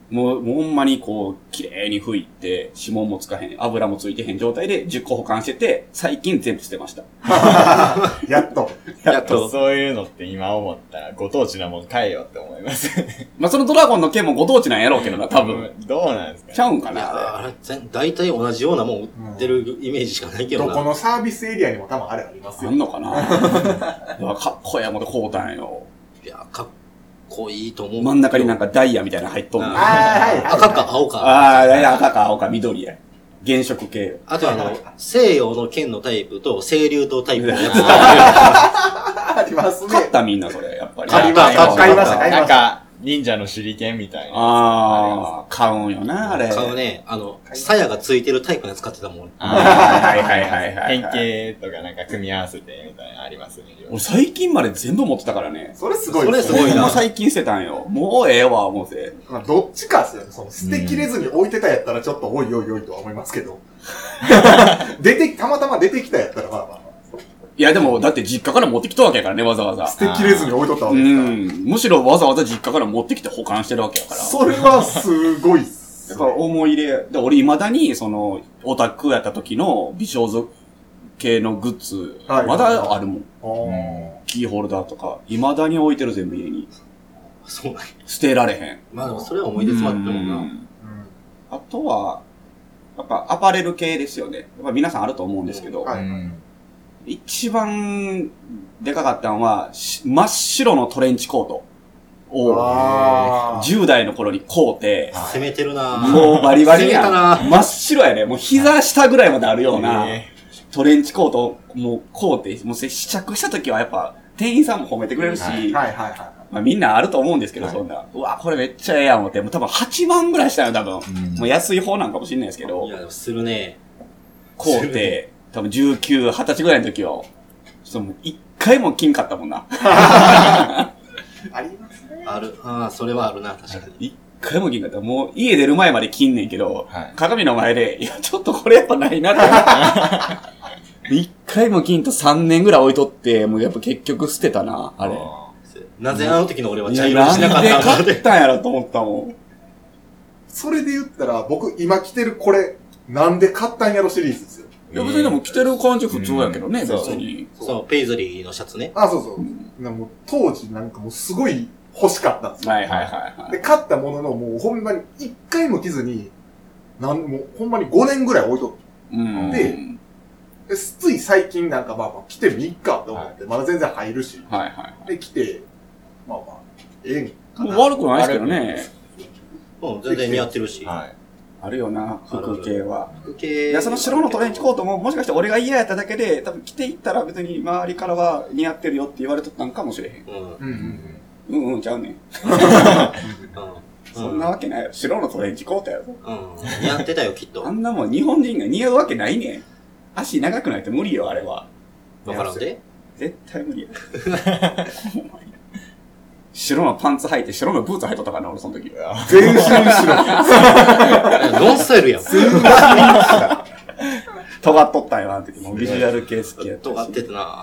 Speaker 2: もう、もうほんまにこう、綺麗に拭いて、指紋もつかへん、油もついてへん状態でじゅっこ保管してて、最近全部捨てました。
Speaker 3: やっと。
Speaker 1: やっとそういうのって今思ったら、ご当地なもん買えよって思います。
Speaker 2: まあ、そのドラゴンの剣もご当地なんやろうけどな、多分。
Speaker 1: どうなんですか、ね、
Speaker 2: ちゃうんか
Speaker 4: いや
Speaker 2: な
Speaker 4: あれ、大体同じようなもん売ってるイメージしかないけどな。
Speaker 3: どこのサービスエリアにも多分あれありますよ。
Speaker 2: あんのかなかっこええもんで買うたんよ。
Speaker 4: いや、かっこいいと思う。
Speaker 2: 真ん中になんかダイヤみたいなの入っとんの。
Speaker 4: 赤か青か。
Speaker 2: ああ、赤か青か緑や。原色系。
Speaker 4: あとあの、西洋の剣のタイプと清流刀タイプのやつ
Speaker 3: ありますね。
Speaker 2: 買ったみんなそれ、やっぱり。
Speaker 3: 買いました、買いました、買いました。
Speaker 1: なんか、忍者の手裏剣みたいな。
Speaker 2: ああ、買うんよな、あれ。
Speaker 4: 買うね。あの、鞘がついてるタイプのやつ買ってたもん。
Speaker 2: はいはいはいはい。
Speaker 1: 変形とかなんか組み合わせてみたいなのありますね。
Speaker 2: 俺最近まで全部持ってたからね。
Speaker 3: それすごい。
Speaker 4: それすごいな。
Speaker 2: もう最近捨てたんよ。もうええわ、思うて。
Speaker 3: まあ、どっちかっすよね。その、捨てきれずに置いてたやったらちょっとおいおいおいとは思いますけど。出て、たまたま出てきたやったらまあまあ。
Speaker 2: いやでも、だって実家から持ってきたわけやからね、わざわざ。
Speaker 3: 捨てきれずに置いとったわけですから。
Speaker 2: うん。むしろわざわざ実家から持ってきて保管してるわけやから。
Speaker 3: それはすごいっす、
Speaker 2: ね。やっぱ思い入れ。で俺未だに、その、オタクやった時の美少女系のグッズ、はい、まだあるもん。うん、キーホルダーとか、未だに置いてる全部家に。
Speaker 4: そうなんや。
Speaker 2: 捨てられへん。
Speaker 4: まあでもそれは思い出詰まってるもんな。うん、
Speaker 2: あとは、やっぱアパレル系ですよね。やっぱ皆さんあると思うんですけど。はい、一番でかかったのは、真っ白のトレンチコートをじゅう代の頃に買うて、
Speaker 4: 攻めてるな
Speaker 2: もうバリバリやん。真っ白やね。もう膝下ぐらいまであるようなトレンチコートをもう買うて、もう試着した時はやっぱ店員さんも褒めてくれるし、はいはいはい、まあみんなあると思うんですけど、はい、そんな。うわ、これめっちゃええやん思って、もう多分はちまんぐらいしたよ、多分。うん、もう安い方なんかもしれないですけど。
Speaker 4: いや、でもするね。
Speaker 2: 買うて、多分じゅうきゅう、はたちぐらいの時は、ちょっともう一回も金買ったもんな。
Speaker 3: ありますね。
Speaker 4: ある。ああ、それはあるな、確かに。
Speaker 2: 一回も金買った。もう家出る前まで金ねんけど、はい、鏡の前で、いや、ちょっとこれやっぱないなって。一回も金とさんねんぐらい置いとって、もうやっぱ結局捨てたな、あれ。
Speaker 4: なぜあの時の俺は茶色にしなかったんだ
Speaker 2: って。なんで買ったんやろと思ったもん。
Speaker 3: それで言ったら、僕今着てるこれ、なんで買ったんやろシリーズですよ。
Speaker 2: いや別にでも着てる感じ普通やけどね、うん、別に。
Speaker 4: そう、そうペイズリーのシャツね。
Speaker 3: あ、そうそう。うん、もう当時なんかもうすごい欲しかったんですよ。はいはいはいはい。で、買ったもののもうほんまに一回も着ずに、なんもうほんまにごねんぐらい置いとって、うん、で、でつい最近なんかまあまあ着てもいいかと思って、はい、まだ全然入るし、はいはいはい、で着て、まあまあ、ええんかな。
Speaker 2: もう悪くないですけどね。
Speaker 4: うん、全然似合ってるし。
Speaker 2: はい。あるよな、服系は。服系。いや、その白のトレンチコートも、もしかして俺が嫌やっただけで、多分着ていったら別に周りからは似合ってるよって言われとったんかもしれへん。うん。うんうん。うんうん、ちゃうねん。そんなわけないよ。白のトレンチコートやろ。
Speaker 4: うん。似合ってたよ、きっと。
Speaker 2: あんなもん日本人が似合うわけないねん。足長くないと無理よ、あれは。
Speaker 4: わからんで？
Speaker 2: 絶対無理や。白のパンツ履いて、白のブーツ履いとったからな、俺その時。
Speaker 3: 全身白。
Speaker 4: ノンスタイルやん。
Speaker 2: 全身白。尖っとったよ、あの時。もうビジュアル系好きやった。
Speaker 4: 尖ってたな。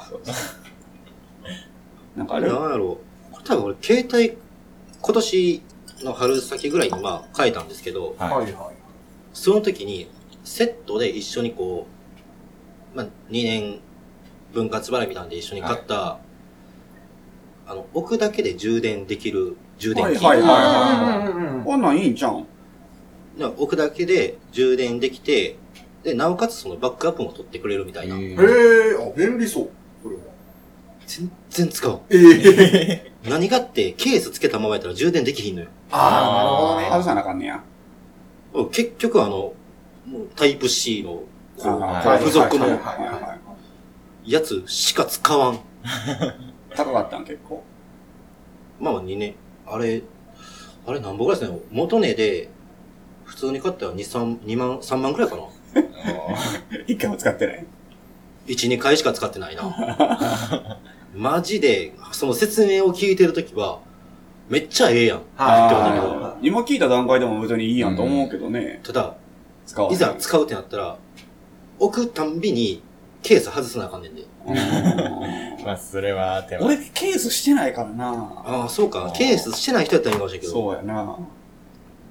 Speaker 2: なんかあれ
Speaker 4: なんやろう。これ多分俺、携帯、今年の春先ぐらいにまあ、変えたんですけど、はいはい。その時に、セットで一緒にこう、まあ、にねん分割払いみたいなんで一緒に買った、はい、あの、置くだけで充電できる充電器。はいはい
Speaker 2: はい。こんなんいいんじゃん。
Speaker 4: 置くだけで充電できて、で、なおかつそのバックアップも取ってくれるみたいな。へ
Speaker 3: えー、あ、便利そう。それは。
Speaker 4: 全然使う。
Speaker 3: ええ
Speaker 4: ー。何がって、ケースつけたままやったら充電できひんのよ。
Speaker 2: ああ、なるほどね。外さなあかんねや。
Speaker 4: 結局あの、もうタイプ C の、こう、付属のやつしか使わん。
Speaker 2: 高かったん結構。
Speaker 4: まあにねん。あれ、あれ何本ぐらいですね。元値で、普通に買ったらに、さん、にまん、さんまんくらいかな。
Speaker 2: 一回も使ってない ?
Speaker 4: いち、にかいしか使ってないな。マジで、その説明を聞いてるときは、めっちゃええやん。って思ったけど。
Speaker 2: 今聞いた段階でも別にいいやんと思うけどね。
Speaker 4: ただ、いざ使うってなったら、置くたんびにケース外さなあかんねんで。
Speaker 1: まあ、それは手間。
Speaker 2: 俺ケースしてないからな。
Speaker 4: ああ、そうか。ケースしてない人やったらいいかもしれんけど。
Speaker 2: そうやな。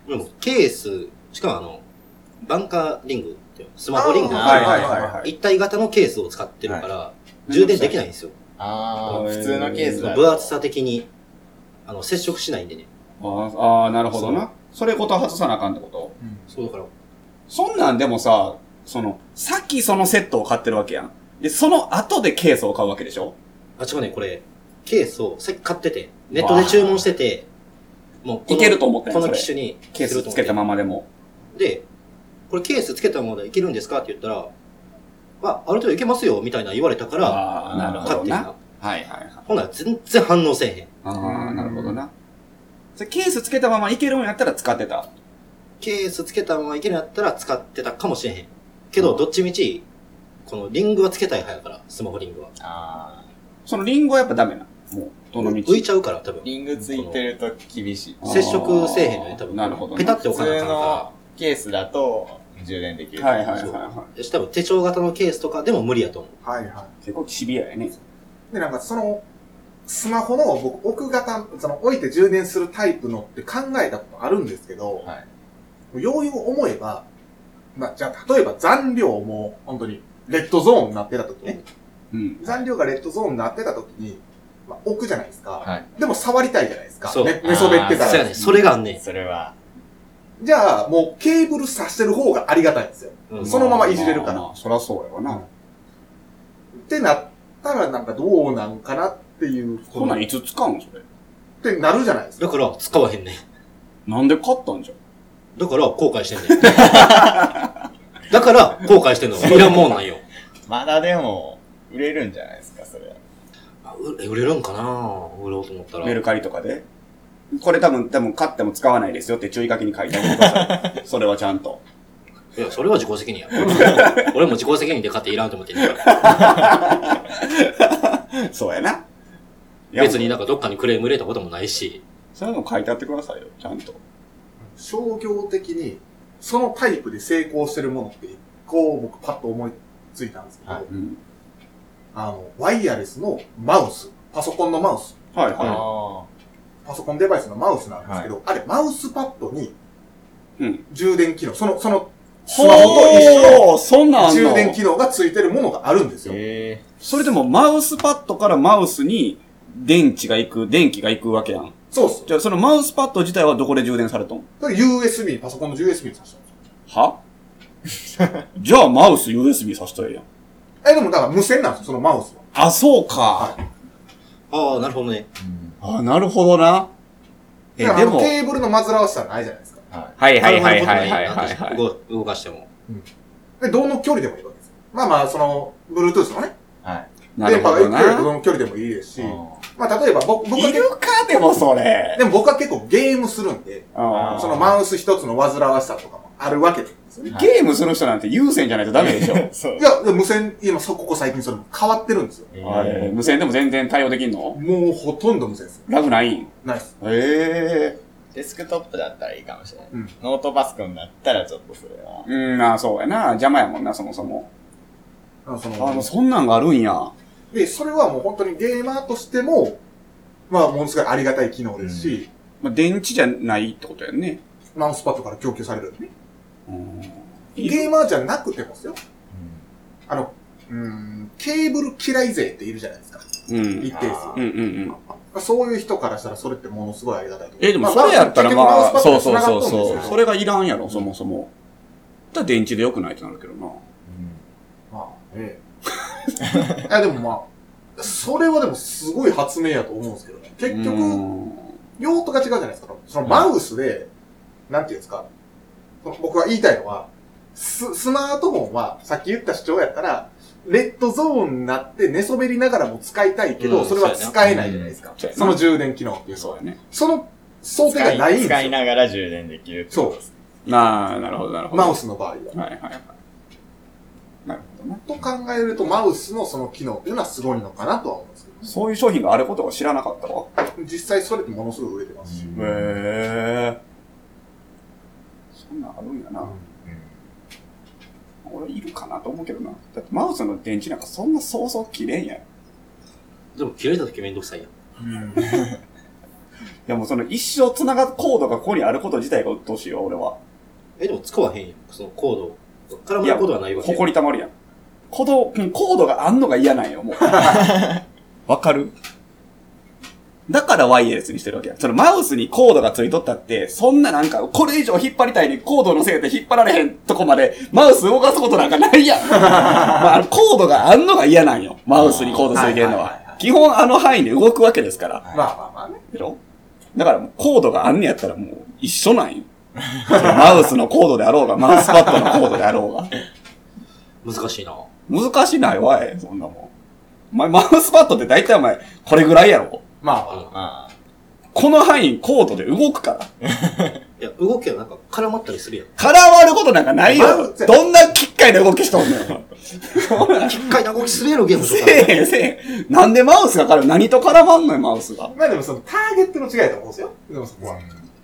Speaker 4: でもケース、しかもあの、バンカーリングっていう、スマホリングの
Speaker 2: はいはいはいはい。
Speaker 4: 一体型のケースを使ってるから、充電できないんですよ。
Speaker 1: ああ、普通のケースだと。
Speaker 4: 分厚さ的に、あの、接触しないんでね。
Speaker 2: ああ、なるほどな。それごと外さなあかんってこと、
Speaker 4: うん、そうだから。
Speaker 2: そんなんでもさ、その、さっきそのセットを買ってるわけやん。で、その後でケースを買うわけでしょ？
Speaker 4: あ、違うね、これ、ケースをさっき買ってて、ネットで注文してて、もう、
Speaker 2: いけると思ったんや
Speaker 4: この機種に
Speaker 2: ケースつけたままでも。
Speaker 4: で、これケースつけたままでいけるんですかって言ったら、あ、ある程度いけますよ、みたいな言われたから、
Speaker 2: ああ、なるほどな。はいはいはい。
Speaker 4: ほんなら全然反応せえへん。
Speaker 2: ああ、なるほどな。それケースつけたままいけるんやったら使ってた。
Speaker 4: ケースつけたままいけるんやったら使ってたかもしれへん。けど、どっちみち、このリングはつけたい派やから、スマホリングは。
Speaker 1: ああ。
Speaker 2: そのリングはやっぱダメな。もう、どの道。
Speaker 4: 浮いちゃうから、多分。
Speaker 1: リングついてると厳しい。
Speaker 4: 接触せえへんのね、多分。
Speaker 2: なるほど、
Speaker 4: ペタって置かなあかん
Speaker 1: 普通のケースだと充電できる。
Speaker 2: はいはいはいはい。
Speaker 4: 多分手帳型のケースとかでも無理やと思う。
Speaker 3: はいはい。
Speaker 2: 結構シビアやね。
Speaker 3: で、なんかその、スマホの僕、置く型、その置いて充電するタイプのって考えたことあるんですけど、
Speaker 1: はい、
Speaker 3: ようよう思えば、まあ、じゃあ例えば残量も本当にレッドゾーンになってた時ね、うん、残量がレッドゾーンになってた時に、まあ、置くじゃないですか、はい、でも触りたいじゃないですか。
Speaker 4: そう。
Speaker 3: ね、寝そべってたら。
Speaker 4: そうやね。それがあんねん。
Speaker 1: それは。
Speaker 3: じゃあ、もうケーブル挿してる方がありがたいんですよ。うん、そのままいじれるから。まあまあ、
Speaker 2: そらそうやわな。
Speaker 3: ってなったらなんかどうなんかなっていう。
Speaker 2: こんなんいつ使うんそれ。
Speaker 3: ってなるじゃないですか。
Speaker 4: だから使わへんね
Speaker 2: ん。なんで買ったんじゃん。
Speaker 4: だから後悔してんねん。だから後悔してんの。いらんもんなんよ。
Speaker 1: まだでも、売れるんじゃないですか、それ。
Speaker 4: あ、売れるんかな売ろうと思ったら。
Speaker 2: メルカリとかで。これ多分、多分買っても使わないですよって注意書きに書いてあげてください。それはちゃんと。
Speaker 4: いや、それは自己責任や。俺も自己責任で買っていらんと思ってんから。
Speaker 2: そうやな。
Speaker 4: 別になんかどっかにクレーム入れたこともないし。
Speaker 2: そういうの書いてあってくださいよ、ちゃんと。
Speaker 3: 商業的に、そのタイプで成功してるものって一個僕パッと思いついたんですけど、はい、うん、あの、ワイヤレスのマウス、パソコンのマウス。
Speaker 2: はいはい。
Speaker 3: パソコンデバイスのマウスなんですけど、はい、あれ、マウスパッドに、
Speaker 2: うん、
Speaker 3: 充電機能、その、その、スマホと一緒の充電機能がついてるものがあるんですよ。
Speaker 2: へー。それでもマウスパッドからマウスに電池が行く、電気が行くわけやん。
Speaker 3: そうっす。
Speaker 2: じゃあそのマウスパッド自体はどこで充電されたの？
Speaker 3: それ ユーエスビー、パソコンの ユーエスビー に挿したん
Speaker 2: ですよ。はじゃあマウス ユーエスビー 挿したらええやん。
Speaker 3: え、でもだから無線なんですよ、そのマウスは。
Speaker 2: あ、そうか。はい、
Speaker 4: ああ、なるほどね。
Speaker 2: うん、あなるほどな。
Speaker 3: え、でも。ケーブルの煩わしさないじゃないですか。
Speaker 2: はいはいはいはいはいはいはい。
Speaker 4: 動かしても。
Speaker 3: うん。で、どの距離でもいいわけですよ。まあまあ、その、Bluetooth のね。
Speaker 1: はい。
Speaker 3: 電波が行くどの距離でもいいですし。まあ、例えば僕、僕
Speaker 2: は。いるかでもそれ。
Speaker 3: でも僕は結構ゲームするんで、そのマウス一つの煩わしさとかもあるわけですよね。
Speaker 2: ゲームする人なんて有線じゃないとダメでしょ。
Speaker 3: そう。いや、無線、今、ここ最近それ変わってるんですよ。
Speaker 2: えー、無線でも全然対応できんの？
Speaker 3: もうほとんど無線です。
Speaker 2: ラグないん？
Speaker 3: ないです。
Speaker 2: ええ
Speaker 1: ー。デスクトップだったらいいかもしれない。うん、ノートパソコンだったらちょっとそれは。
Speaker 2: うん、あそうやな。邪魔やもんな、そもそも。
Speaker 3: あ、その、
Speaker 2: あの、そんなんがあるんや。
Speaker 3: で、それはもう本当にゲーマーとしても、まあ、ものすごいありがたい機能ですし。
Speaker 2: うん、まあ、電池じゃないってことやね。
Speaker 3: マウスパッドから供給されるんでね。うん、ゲーマーじゃなくてもですよ。うん、あの、うん、ケーブル嫌い勢っているじゃないですか。うん。一定数。
Speaker 2: うんうんうん。
Speaker 3: そういう人からしたらそれってものすごいありがたいと思う。
Speaker 2: え、でもそれやったらまあ、そうそうそうそう。それがいらんやろ、そもそも。だから電池で良くないってなるけどな。うん。
Speaker 3: まあ、ええ。いや、でもまあ、それはでもすごい発明やと思うんですけどね。結局、用途が違うじゃないですか。そのマウスで、なんていうんですか。僕が言いたいのは、ス、スマートフォンは、さっき言った主張やったら、レッドゾーンになって寝そべりながらも使いたいけど、うん、それは使えないじゃないですか。うん、その充電機能っていうのは。そうね。その想定がないんですよ。
Speaker 1: 使いながら充電できるってことです。
Speaker 2: そう。なあ、なるほど、なるほど。
Speaker 3: マウスの場合は。はいはいはい。
Speaker 2: なるほどね。
Speaker 3: と考えると、マウスのその機能っていうのはすごいのかなとは思うんですけど、ね。
Speaker 2: そういう商品があることを知らなかったわ。
Speaker 3: 実際それってものすごい売れてますし。へ
Speaker 2: え。そんなんあるんやな。うん俺いるかなと思うけどな。だってマウスの電池なんかそんなそうそう切れんやん。
Speaker 4: でも切れた時めんどくさいやん。うん、
Speaker 2: やもうその一生繋がるコードがここにあること自体が鬱陶しいよ、俺は。
Speaker 4: え、でも使わへんやん。そのコード。絡まることはないわけ。
Speaker 2: ここに溜まるやん。コード、コードがあんのが嫌なんよ、もう。わかる？だからワイヤレスにしてるわけや。そのマウスにコードがついとったって、そんななんか、これ以上引っ張りたいにコードのせいで引っ張られへんとこまで、マウス動かすことなんかないやん。まあ、コードがあんのが嫌なんよ。マウスにコードついてるのは。基本あの範囲で動くわけですから。
Speaker 3: まあまあまあね。
Speaker 2: でしょ？だからコードがあんねやったらもう一緒なんよ。マウスのコードであろうが、マウスパッドのコードであろうが。
Speaker 4: 難しいな。
Speaker 2: 難しないわい、そんなもん。お前、マウスパッドって大体お前、これぐらいやろ。
Speaker 3: まあまあ、まあ。
Speaker 2: この範囲、コードで動くから。
Speaker 4: いや、動きはなんか絡まったりするやん。
Speaker 2: 絡まることなんかないよ。どんな機械の動きしとんのよ。
Speaker 4: 機械の動きするやろ、ゲームとか。
Speaker 2: せえへん、せえへん。なんでマウスが絡む？何と絡まんのよ、マウスが。
Speaker 3: まあでもそのターゲットの違いだと思うんですよ。でもそこは。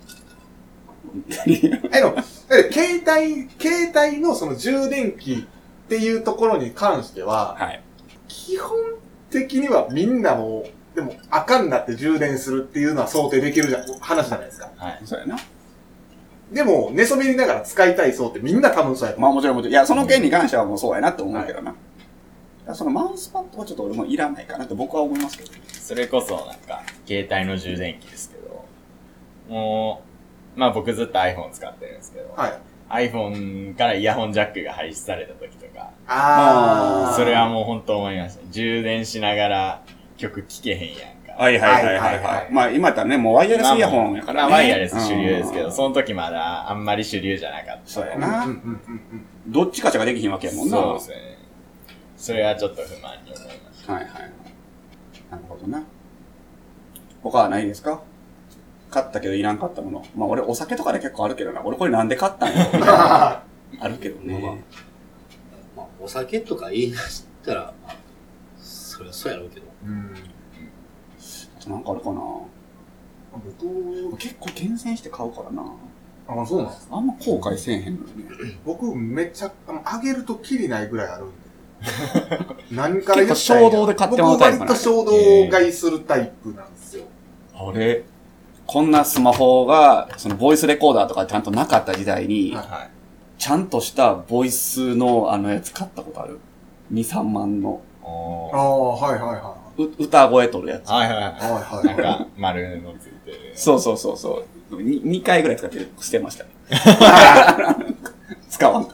Speaker 3: あの、携帯、携帯のその充電器っていうところに関しては、はい、基本的にはみんなもう、でも、あかんなって充電するっていうのは想定できるじゃ話じゃないですか。
Speaker 2: はい。そうやな。
Speaker 3: でも、寝そべりながら使いたい層ってみんな多分そうやと
Speaker 2: 思う。まあもちろんもちろん。いや、その件に関してはもうそうやなって思うけどな。はい、そのマウスパッドはちょっと俺もいらないかなって僕は思いますけど。
Speaker 1: それこそなんか、携帯の充電器ですけど、もう、まあ僕ずっと iPhone 使ってるんですけど、はい、iPhone からイヤホンジャックが廃止された時とか、あそれはもう本当思いました。充電しながら曲聴けへんやんか。
Speaker 2: はいはいはいはい、はい。まあ今だったらね、もうワイヤレスイヤホンやからね。
Speaker 1: まあワイヤレス主流ですけど、その時まだあんまり主流じゃなかった。
Speaker 2: そうやな。どっちかしかできひんわけやもんな。
Speaker 1: そうですね。それはちょっと不満に思いました。
Speaker 2: はいはい。なるほどな。他はないですか？買ったけどいらんかったもの。まあ俺お酒とかで結構あるけどな。俺これなんで買ったんやろみたいな。あるけどね。まあ、
Speaker 4: まあ、お酒とか言い出したら、まあ、そりゃそうやろうけど。うん。
Speaker 2: なんかあるかな。僕、結構厳選して買うからな。
Speaker 3: あ、そうなんですか。
Speaker 2: あんま後悔せえへんのよね。
Speaker 3: 僕めっちゃ、あげるとキリないぐらいあるんで。何から
Speaker 2: 言ったら結構衝動で買ってもらうタイプ
Speaker 3: 僕割と衝動買いするタイプなんですよ。
Speaker 2: あれこんなスマホが、そのボイスレコーダーとかちゃんとなかった時代に、はいはい、ちゃんとしたボイスのあのやつ買ったことある ?に、さんまんの。
Speaker 3: ああ、はいはいはい。
Speaker 2: う歌声取るやつ。
Speaker 1: はいはいはい。はいはい、なんか、丸のついてる。
Speaker 2: そうそうそうそう。に、にかいぐらい使って捨てましたね。使わんから。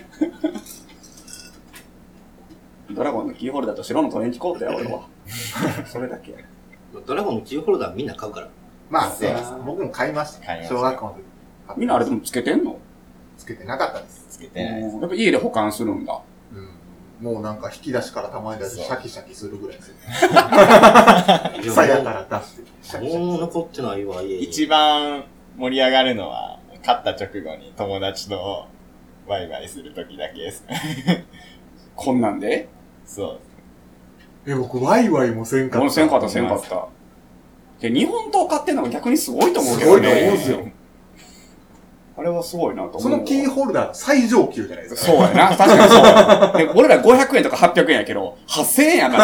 Speaker 2: ドラゴンのキーホルダーと白のトレンチコートや、俺は。それだけや。
Speaker 4: ドラゴンのキーホルダーみんな買うから。
Speaker 3: まあ、そう僕も買いました。買いました。小学校の
Speaker 2: 時。みんなあれでもつけてんの？
Speaker 3: つけてなかったです。
Speaker 1: つけてないです。
Speaker 2: やっぱ家で保管するんだ。
Speaker 3: うん。もうなんか引き出しからたまに出してシャキシャキするぐらいですよ。さやから出してシャキシャキ。
Speaker 4: もう残ってないわ、家に。
Speaker 1: 一番盛り上がるのは、買った直後に友達とワイワイする時だけです。
Speaker 2: こんなんで？
Speaker 1: そう
Speaker 3: です。え、僕ワイワイもせんかった。
Speaker 2: 俺せんかった、せんかった。で、日本刀買ってんのが逆にすごいと思うけどね。
Speaker 3: すごいと思うんですよ。
Speaker 2: あれはすごいなと思う。
Speaker 3: そのキーホルダー最上級じゃないです
Speaker 2: か。そうやな。確かにそうや。で俺らごひゃくえんとかはっぴゃくえんやけど、はっせんえんやから。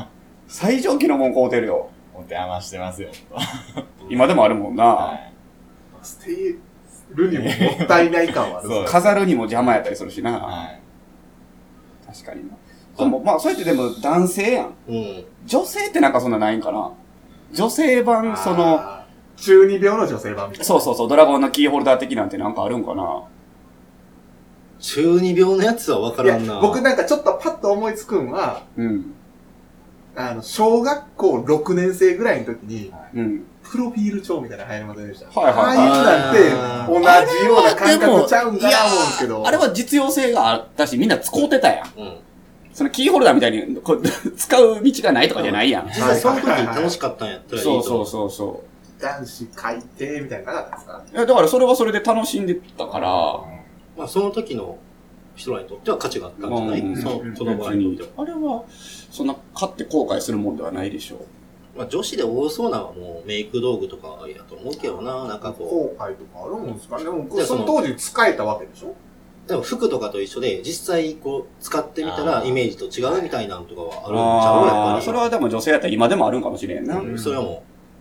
Speaker 2: 最上級のもん買うてるよ。
Speaker 1: 持て余してますよ。
Speaker 2: 今でもあるもんな。はい、
Speaker 3: 捨てるにももったいない感はある。
Speaker 2: 飾るにも邪魔やったりするしな。はい、確かにな。でも、まあ、そうやってでも男性やん。うん、女性ってなんかそんなないんかな。女性版、その、
Speaker 3: 中二病の女性版みたいな。
Speaker 2: そうそうそう、ドラゴンのキーホルダー的なんてなんかあるんかな。
Speaker 4: 中二病のやつはわからんな。
Speaker 3: 僕なんかちょっとパッと思いつくんは、うん。あの、小学校ろくねん生ぐらいの時に、うん。プロフィール帳みたいなの流行りませんでした。はいはい。ああいうなんて、同じような感覚ちゃうんかな思うんですけど。
Speaker 2: あれは実用性があったし、みんな使うてたやん。うん。そのキーホルダーみたいにこう使う道がないとかじゃないやん。
Speaker 4: 実際その時に楽しかったんやったらいいと。
Speaker 2: そうそうそうそう。
Speaker 3: 男子海底みたいなのなかったですか？
Speaker 2: いや、だからそれはそれで楽しんでたから。
Speaker 4: まあその時の人らにとっては価値があったんじゃない、うん、その子供にとっては。
Speaker 2: あれは、そんな買って後悔するもんではないでしょう。
Speaker 4: まあ女子で多そうなのはもうメイク道具とかやと思うけどな、なんかこ
Speaker 3: う。後悔とかあるんですかね。でもその当時使えたわけでしょ？
Speaker 4: でも服とかと一緒で、実際こう使ってみたらイメージと違うみたいなのとかはあるんちゃうやっぱり。
Speaker 2: それはでも女性やったら今でもあるんかもしれんな。
Speaker 4: うん、それはもう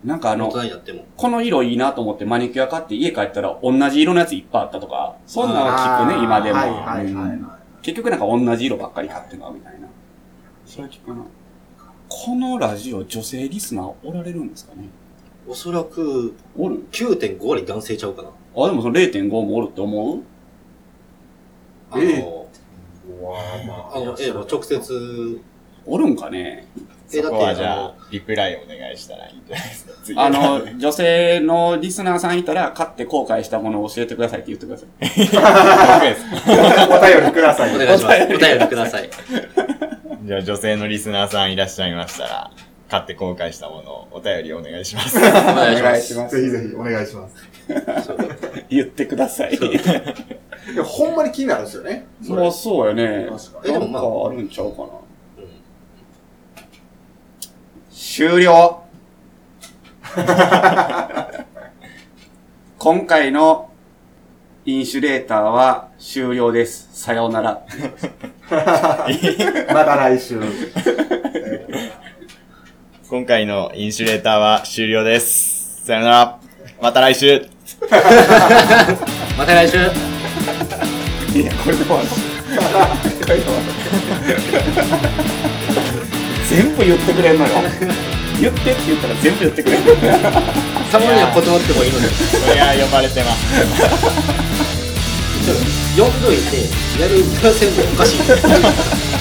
Speaker 2: なんかあの、
Speaker 4: 大人になっても。
Speaker 2: この色いいなと思ってマニキュア買って家帰ったら同じ色のやついっぱいあったとか、そんなの聞くね、今でも。
Speaker 3: はいはいはい、はいうん。
Speaker 2: 結局なんか同じ色ばっかり買ってまうみたいな。それ聞くな。このラジオ女性リスナーおられるんですかね？
Speaker 4: おそらく、
Speaker 2: おる
Speaker 4: きゅうてんご 割男性ちゃうかな。
Speaker 2: あ、でもその れいてんご もおるって思う？
Speaker 4: あの、ええ、あの、ええ、直接、
Speaker 2: おるんかね？
Speaker 1: え、だって、そこはじゃあ、リプライお願いしたらいいんじゃないですか。
Speaker 2: あの、女性のリスナーさんいたら、買って後悔したものを教えてくださいって言ってください。
Speaker 3: 僕です。お便りください。
Speaker 4: お願いします。お便りください。
Speaker 1: じゃあ、女性のリスナーさんいらっしゃいましたら、買って後悔したものをお便りお願いします。
Speaker 4: お願いします。
Speaker 3: ぜひぜひお願いします。
Speaker 2: 言ってください。い
Speaker 3: や、ほんまに気になるんですよね。
Speaker 2: もうそうやね。
Speaker 3: 確
Speaker 2: かに。なんかあるんちゃうかな。終了今回のインシュレーターは終了です。さようなら。
Speaker 3: また来週。
Speaker 1: 今回のインシュレーターは終了です。さようなら。また来週。
Speaker 4: また来週。
Speaker 2: いや、これで終わる。全部言ってくれんのよ。言ってって言ったら全部言ってくれる。
Speaker 4: たまには断ってもいいのに。
Speaker 1: そりゃ呼ばれてます。
Speaker 4: 呼んどいて、やる言わせんのおかしい。